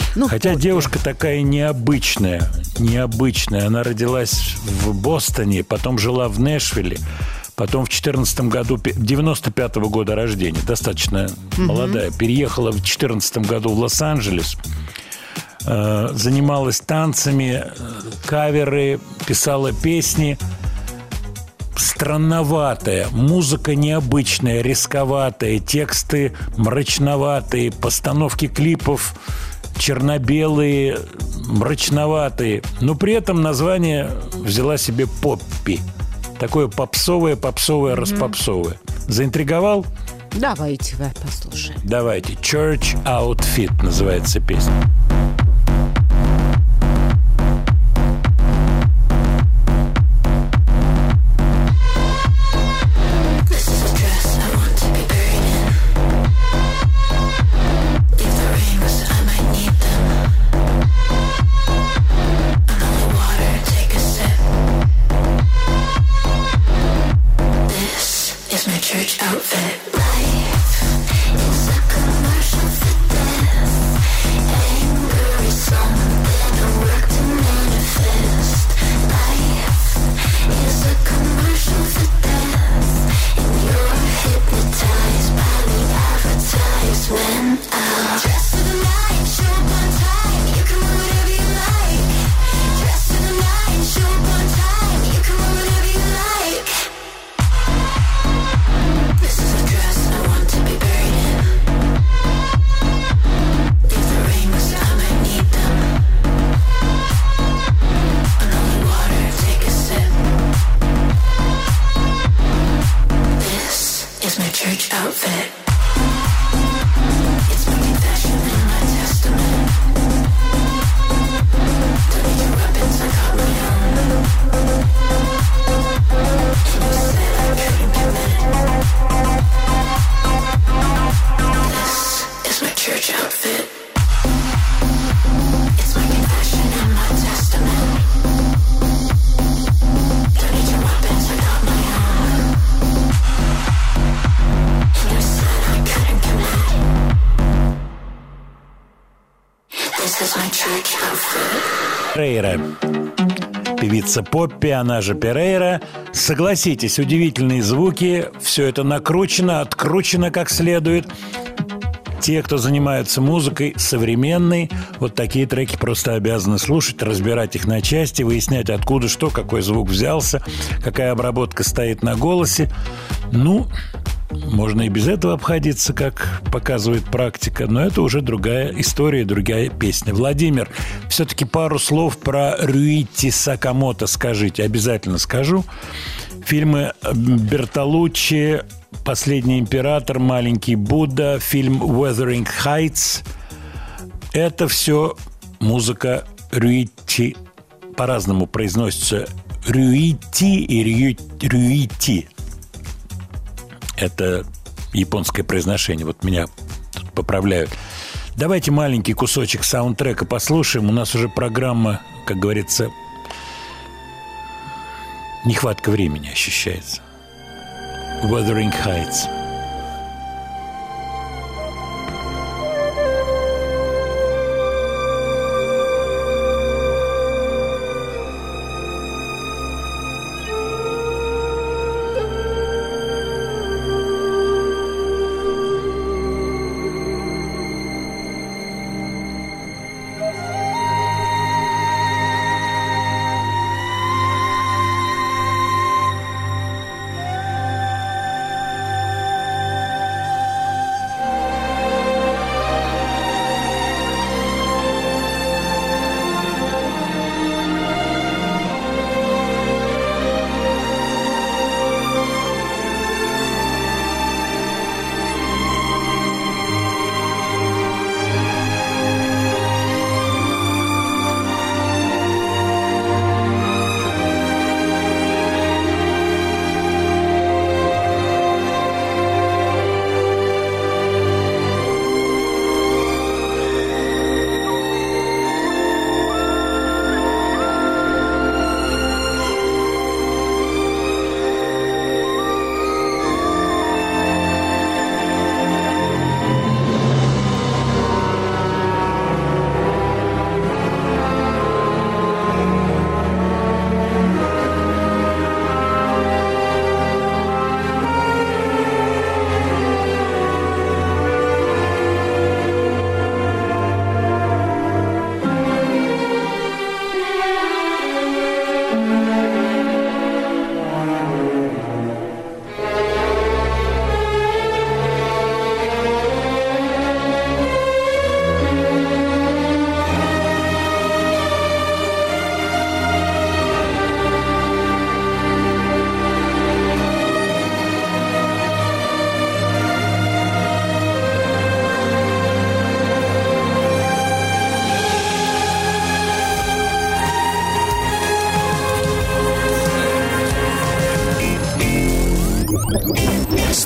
Хотя девушка такая необычная. Она родилась в Бостоне, потом жила в Нэшвилле, потом в 14 году, 95-го года рождения, достаточно молодая, переехала в 2014 году в Лос-Анджелес, занималась танцами, каверы, писала песни. Странноватая, музыка необычная, рисковатая, тексты мрачноватые, постановки клипов черно-белые, мрачноватые. Но при этом название взяла себе Поппи. Такое попсовое, распопсовое. Заинтриговал? Давайте послушаем. Давайте. Church Outfit называется песня. Певица Поппи, она же Перейра. Согласитесь, удивительные звуки. Все это накручено, откручено как следует. Те, кто занимаются музыкой современной, вот такие треки просто обязаны слушать, разбирать их на части, выяснять, откуда что, какой звук взялся, какая обработка стоит на голосе. Ну, можно и без этого обходиться, как показывает практика, но это уже другая история, другая песня. Владимир, все-таки пару слов про Рюити Сакамото скажите. Обязательно скажу. Фильмы Бертолуччи, «Последний император», «Маленький Будда», фильм «Wuthering Heights». Это все музыка Рюити. По-разному произносится Рюити и Рюити. Это японское произношение. Вот меня тут поправляют. Давайте маленький кусочек саундтрека послушаем. У нас уже программа, как говорится, нехватка времени ощущается. Wuthering Heights.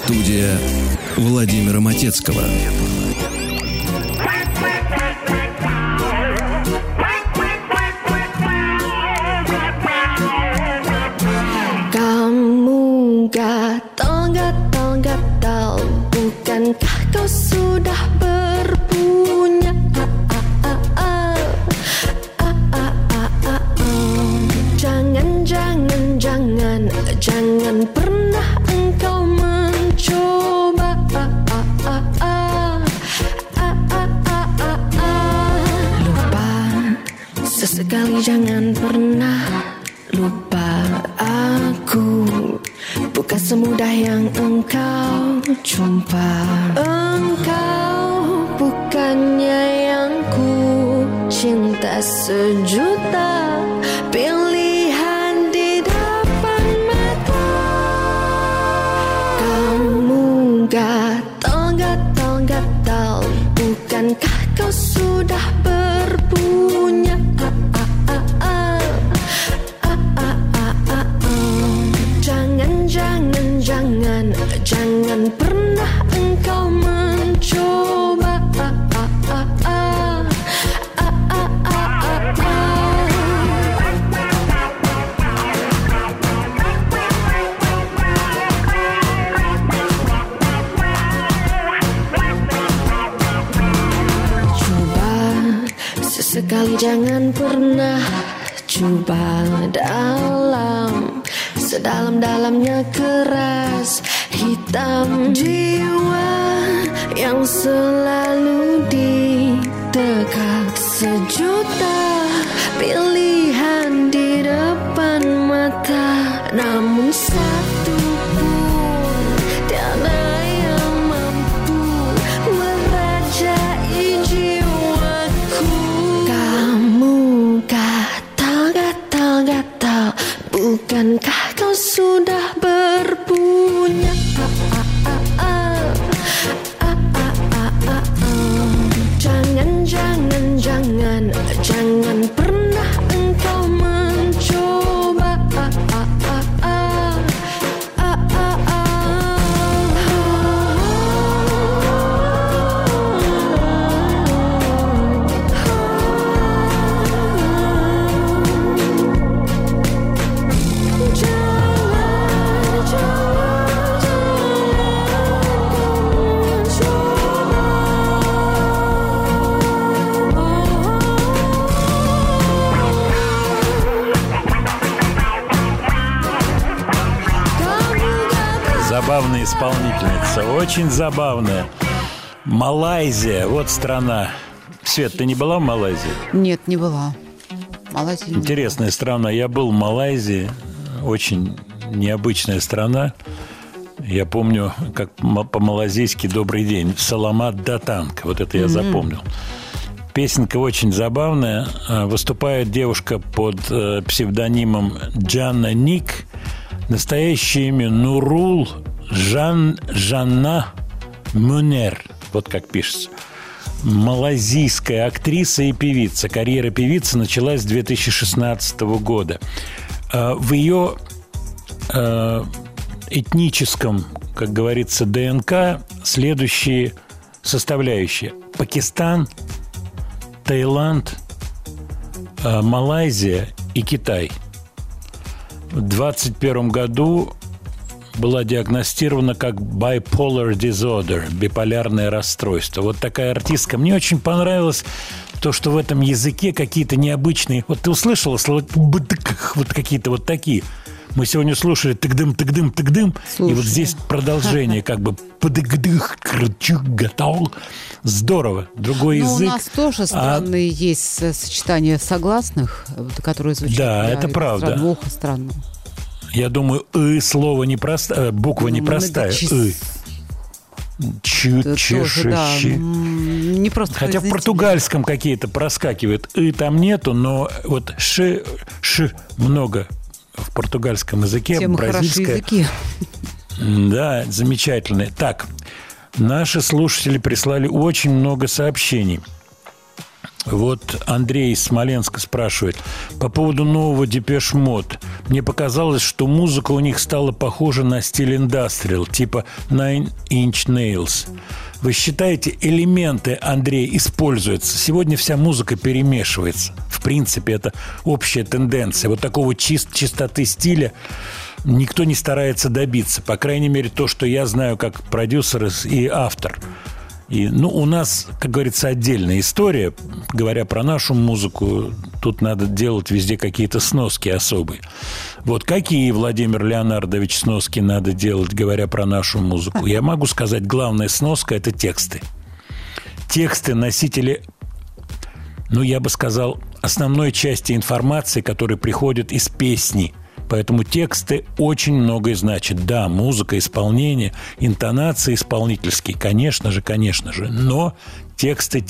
Студия Владимира Матецкого. Kamu gatal, bukankah kau sudah berpunya? Jangan pernah engkau mencoba. Lupa, sesekali jangan pernah lupa aku. Bukan semudah yang engkau jumpa. Engkau bukannya yang ku cinta sejuta pilihan di depan mata. Kamu gatal, bukankah kau sudah berpunya? Jangan pernah engkau mencoba. Coba sesekali, jangan pernah coba dalam sedalam-dalamnya keras hitam jiwa yang selalu didekat. Sejuta pilihan di depan mata, namun satu pun tiada yang mampu merajai jiwaku. Kamu gatal, bukankah kau sudah berpunya? Jangan pernah engkau mencoba. Забавная исполнительница, очень забавная. Малайзия, вот страна. Свет, ты не была в Малайзии? Нет, не была. Малайзия. Интересная страна. Я был в Малайзии. Очень необычная страна. Я помню, как по-малазийски «добрый день». «Саламат датанг». Вот это я запомнил. Песенка очень забавная. Выступает девушка под псевдонимом Джанна Ник. Настоящее имя Нурул Жанна Мунер. Вот как пишется. Малазийская актриса и певица. Карьера певицы началась с 2016 года. В ее этническом, как говорится, ДНК следующие составляющие. Пакистан, Таиланд, Малайзия и Китай. В 2021 году была диагностирована как bipolar disorder, биполярное расстройство. Вот такая артистка. Мне очень понравилось то, что в этом языке какие-то необычные... Вот ты услышала слова вот какие-то вот такие. Мы сегодня слушали тыгдым, тыгдым, тыгдым. И вот здесь продолжение как бы подыгдых, крычук, готов. Здорово. Другой язык. У нас тоже странные есть сочетания согласных, которые звучат. Да, это правда. Странно, странно. Я думаю, слово непростое, буква непростая. Чуть-чуть. Не просто. Хотя в португальском какие-то проскакивают. Там нету, но вот ш много в португальском языке. Тем бразильское. Языки. Да, замечательные. Так, наши слушатели прислали очень много сообщений. Вот Андрей из Смоленска спрашивает по поводу нового Депеш Мод. Мне показалось, что музыка у них стала похожа на стиль индастриал, типа Nine Inch Nails. Вы считаете, элементы, Андрей, используются? Сегодня вся музыка перемешивается. В принципе, это общая тенденция. Вот такого чистоты стиля никто не старается добиться. По крайней мере, то, что я знаю как продюсер и автор. И, у нас, как говорится, отдельная история. Говоря про нашу музыку, тут надо делать везде какие-то сноски особые. Вот какие, Владимир Леонардович, сноски надо делать, говоря про нашу музыку? Я могу сказать, главная сноска – это тексты. Тексты, носители, я бы сказал, основной части информации, которые приходят из песни. Поэтому тексты очень многое значат. Да, музыка, исполнение, интонации исполнительские, конечно же. Но тексты.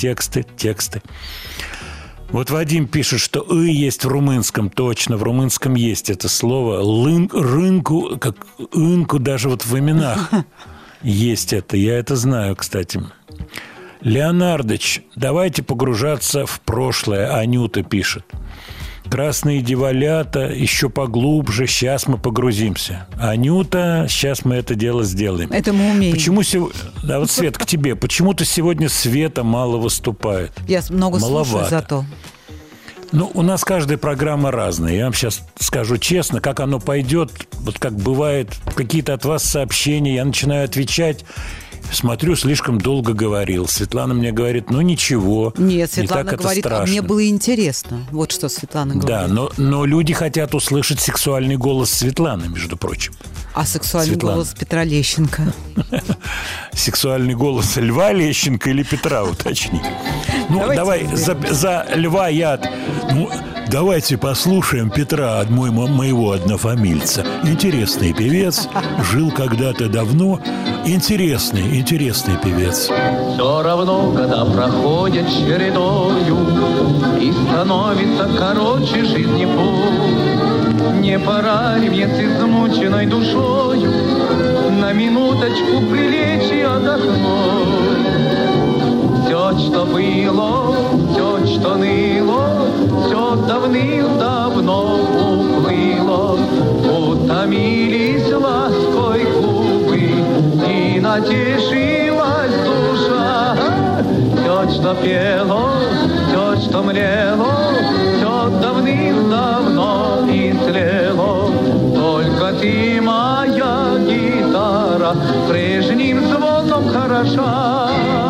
Вот Вадим пишет, что «ы» есть в румынском. Точно, в румынском есть это слово. Рынку, как «ынку» даже вот в именах есть это. Я это знаю, кстати. Леонардович, давайте погружаться в прошлое, Анюта пишет. Красные дьяволята, еще поглубже. Сейчас мы погрузимся. Анюта, сейчас мы это дело сделаем. Это мы умеем. Почему да, вот, Свет, к тебе. Почему-то сегодня Света мало выступает. Я много слушаю зато. У нас каждая программа разная. Я вам сейчас скажу честно, как оно пойдет. Вот как бывает, какие-то от вас сообщения, я начинаю отвечать. Смотрю, слишком долго говорил. Светлана мне говорит, ничего. Нет, Светлана не так говорит, это страшно. Мне было интересно. Вот что Светлана говорит. Да, но люди хотят услышать сексуальный голос Светланы, между прочим. А сексуальный голос Петра Лещенко? Сексуальный голос Льва Лещенко или Петра, уточни. Давай за Льва я... Давайте послушаем Петра, моего однофамильца. Интересный певец, жил когда-то давно. Интересный певец. Все равно, когда проходят чередою и становится короче жизни путь, не пора ли мне с измученной душою на минуточку прилечь и отдохнуть? Все, что было, все, что ныло, все давным-давно уплыло. Утомились лаской губы, и натешилась душа. Все, что пело, все, что млело, все давным-давно истлело. Только ты, моя гитара, прежним звоном хороша.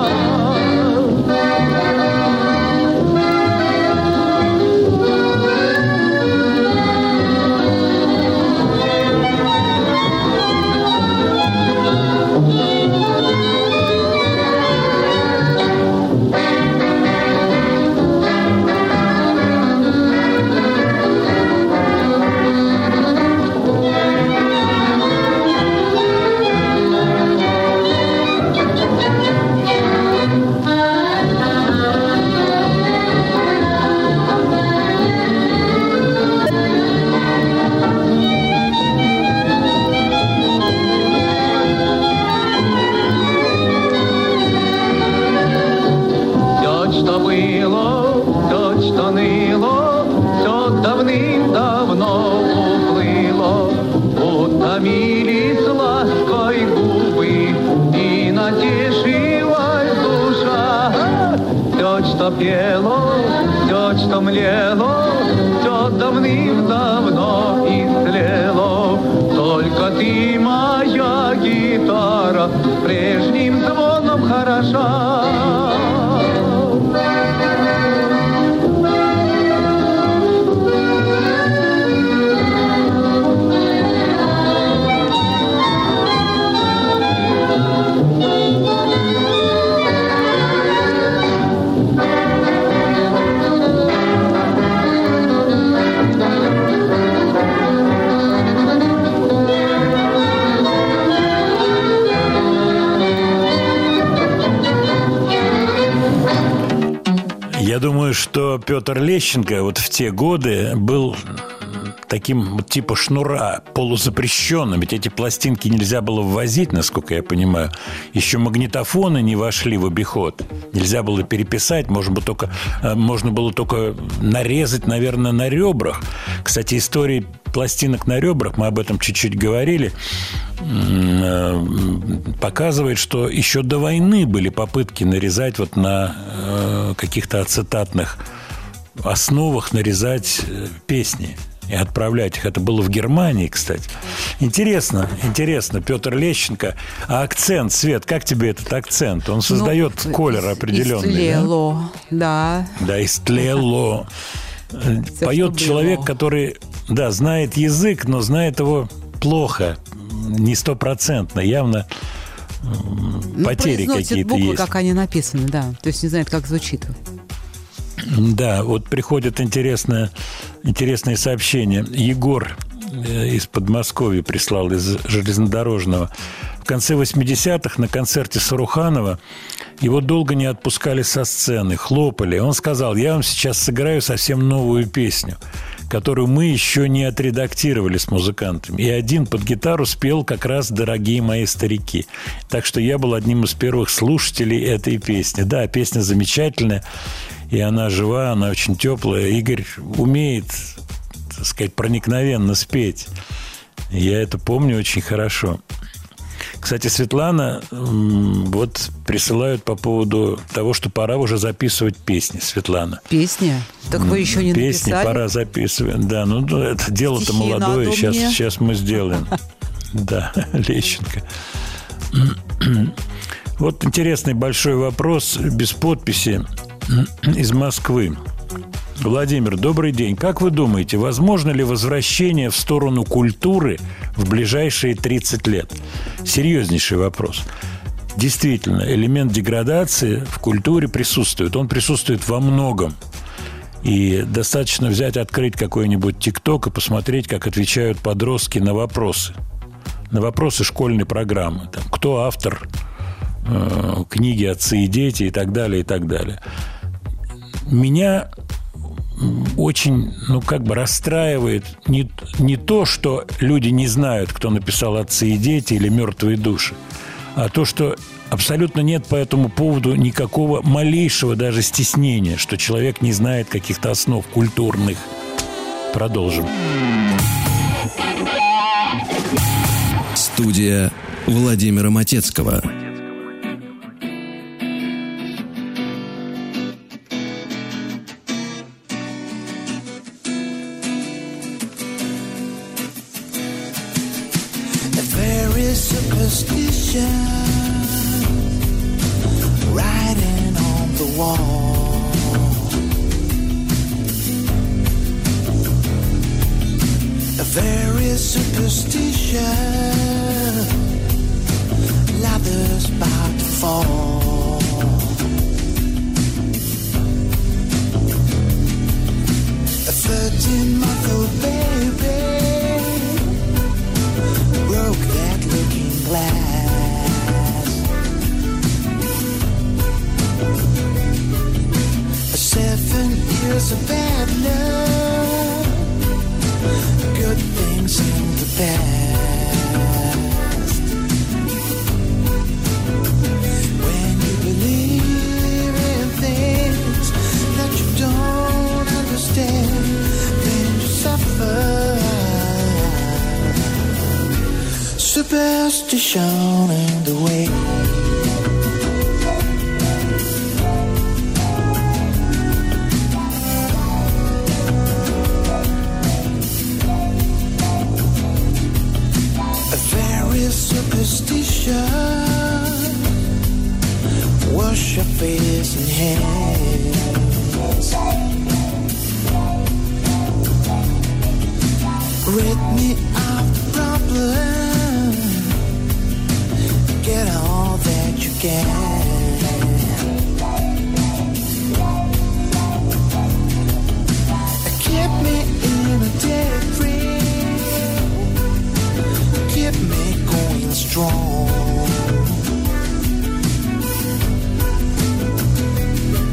Пело, все, что млело, все давным-давно истлело. Только ты, моя гитара, прежним звоном хороша. Я думаю, что Петр Лещенко вот в те годы был таким вот типа шнура, полузапрещенным. Ведь эти пластинки нельзя было ввозить, насколько я понимаю. Еще магнитофоны не вошли в обиход. Нельзя было переписать, можно было только нарезать, наверное, на ребрах. Кстати, история пластинок на ребрах, мы об этом чуть-чуть говорили, показывает, что еще до войны были попытки нарезать вот на каких-то ацетатных основах, нарезать песни и отправлять их. Это было в Германии, кстати. Интересно, Петр Лещенко. А акцент, Свет, как тебе этот акцент? Он создает колер определенный. Истлело, да. Да, истлело. Поет человек, который, да, знает язык, но знает его плохо, не стопроцентно, явно потери какие-то буквы, есть. как они написаны, да. То есть не знает, как звучит. Да, вот приходят интересные сообщения. Егор из Подмосковья прислал, из железнодорожного. В конце 80-х на концерте Саруханова его долго не отпускали со сцены, хлопали. Он сказал: я вам сейчас сыграю совсем новую песню, которую мы еще не отредактировали с музыкантами. И один под гитару спел как раз «Дорогие мои старики». Так что я был одним из первых слушателей этой песни. Да, песня замечательная, и она жива, она очень теплая. Игорь умеет, так сказать, проникновенно спеть. Я это помню очень хорошо. Кстати, Светлана вот присылают по поводу того, что пора уже записывать песни, Светлана. Песни? Так вы еще не написали? Песни пора записывать. Да, ну это дело-то молодое, сейчас мы сделаем. Да, Лещенко. Вот интересный большой вопрос без подписи из Москвы. Владимир, добрый день. Как вы думаете, возможно ли возвращение в сторону культуры в ближайшие 30 лет? Серьезнейший вопрос. Действительно, элемент деградации в культуре присутствует. Он присутствует во многом. И достаточно открыть какой-нибудь ТикТок и посмотреть, как отвечают подростки на вопросы. На вопросы школьной программы. Там, кто автор книги «Отцы и дети» и так далее, и так далее. Меня очень, расстраивает не то, что люди не знают, кто написал «Отцы и дети» или «Мертвые души», а то, что абсолютно нет по этому поводу никакого малейшего даже стеснения, что человек не знает каких-то основ культурных. Продолжим. Студия Владимира Матецкого. Superstition writing on the wall. A very superstition, ladders about to fall. A 13-month-old baby broke that looking glass. 7 years of bad luck, good things in the past. When you believe in things that you don't understand, then you suffer. Superstition in the way. A very superstition, wash your face and hands. Rid me of the problem, get all that you can. Keep me in a daydream, keep me going strong.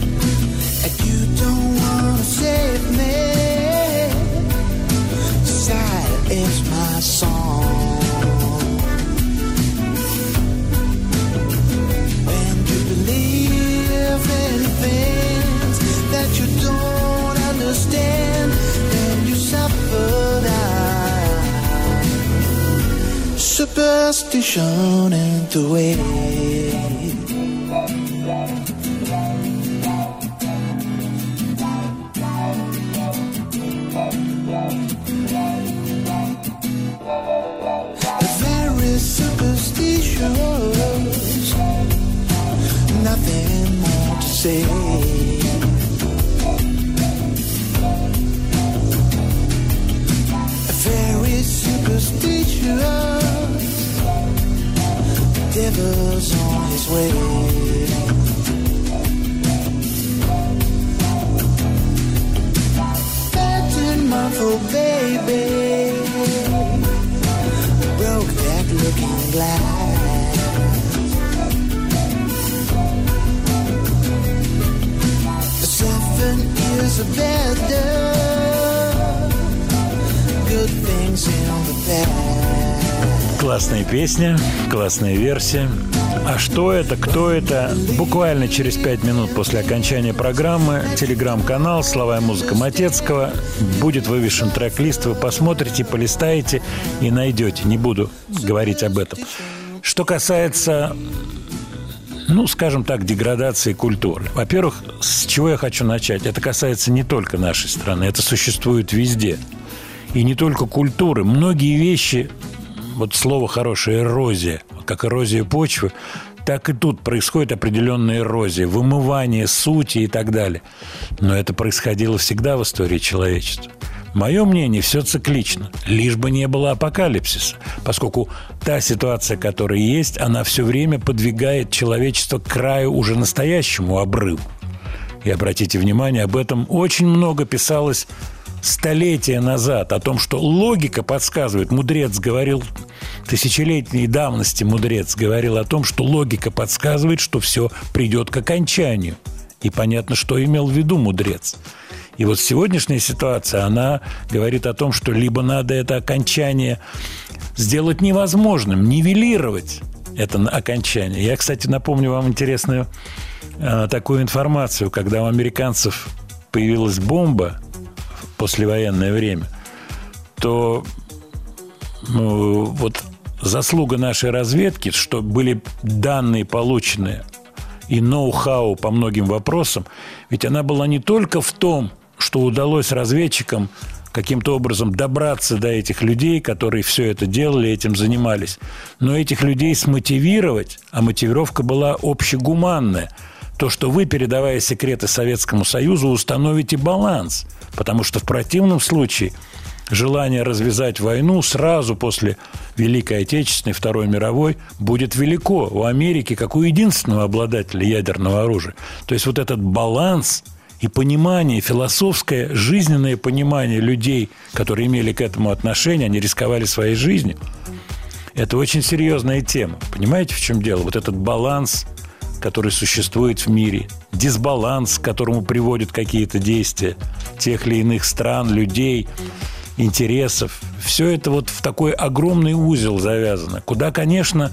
And you don't wanna save me, is my song. When you believe in things that you don't understand, then you suffer now. Superstition ain't the way. Superstitious, nothing more to say. Very superstitious, the devil's on his way. Fat muffle baby broke that looking glass. Seven years of better, good things in the past. Классная песня, классная версия. А что это, кто это? Буквально через 5 минут после окончания программы телеграм-канал «Слова и музыка» Матецкого. Будет вывешен трек-лист. Вы посмотрите, полистаете и найдете. Не буду говорить об этом. Что касается, скажем так, деградации культуры. Во-первых, с чего я хочу начать? Это касается не только нашей страны. Это существует везде. И не только культуры. Многие вещи... Вот слово хорошее «эрозия», как эрозия почвы, так и тут происходит определенная эрозия, вымывание сути и так далее. Но это происходило всегда в истории человечества. Мое мнение, все циклично, лишь бы не было апокалипсиса, поскольку та ситуация, которая есть, она все время подвигает человечество к краю уже настоящему обрыву. И обратите внимание, об этом очень много писалось столетия назад, о том, что логика подсказывает, мудрец говорил, тысячелетней давности мудрец говорил о том, что логика подсказывает, что все придет к окончанию. И понятно, что имел в виду мудрец. И вот сегодняшняя ситуация, она говорит о том, что либо надо это окончание сделать невозможным, нивелировать это окончание. Я, кстати, напомню вам интересную такую информацию, когда у американцев появилась бомба в послевоенное время, то вот заслуга нашей разведки, что были данные получены и ноу-хау по многим вопросам, ведь она была не только в том, что удалось разведчикам каким-то образом добраться до этих людей, которые все это делали, этим занимались, но этих людей смотивировать, а мотивировка была общегуманная. То, что вы, передавая секреты Советскому Союзу, установите баланс, потому что в противном случае желание развязать войну сразу после Великой Отечественной, Второй мировой будет велико. У Америки, как у единственного обладателя ядерного оружия. То есть вот этот баланс и понимание, философское, жизненное понимание людей, которые имели к этому отношение, они рисковали своей жизнью. Это очень серьезная тема. Понимаете, в чем дело? Вот этот баланс, который существует в мире, дисбаланс, к которому приводят какие-то действия тех или иных стран, людей, интересов. Все это вот в такой огромный узел завязано, куда, конечно,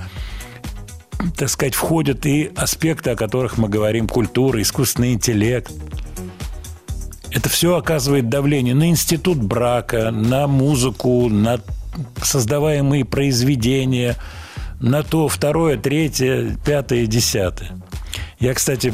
так сказать, входят и аспекты, о которых мы говорим: культура, искусственный интеллект. Это все оказывает давление на институт брака, на музыку, на создаваемые произведения, на то второе, третье, пятое, десятое. Я, кстати,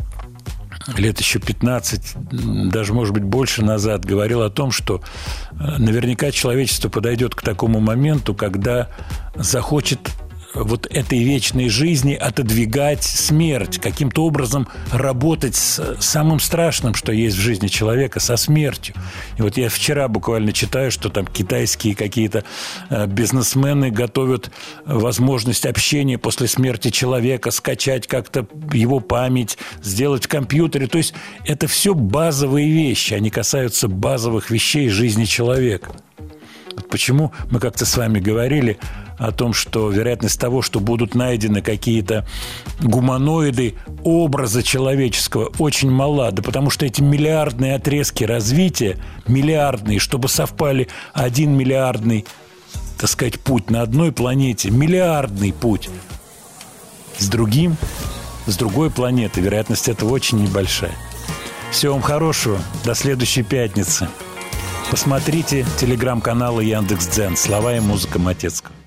лет еще 15, даже, может быть, больше назад говорил о том, что наверняка человечество подойдет к такому моменту, когда захочет вот этой вечной жизни отодвигать смерть, каким-то образом работать с самым страшным, что есть в жизни человека, со смертью. И вот я вчера буквально читаю, что там китайские какие-то бизнесмены готовят возможность общения после смерти человека, скачать как-то его память, сделать в компьютере. То есть это все базовые вещи, они касаются базовых вещей жизни человека. Вот почему мы как-то с вами говорили о том, что вероятность того, что будут найдены какие-то гуманоиды образа человеческого, очень мала. Да потому что эти миллиардные отрезки развития, миллиардные, чтобы совпали 1 миллиардный, так сказать, путь на одной планете, миллиардный путь с другим, с другой планеты, вероятность этого очень небольшая. Всего вам хорошего, до следующей пятницы. Посмотрите телеграм-каналы Яндекс.Дзен. Слова и музыка Матецкого.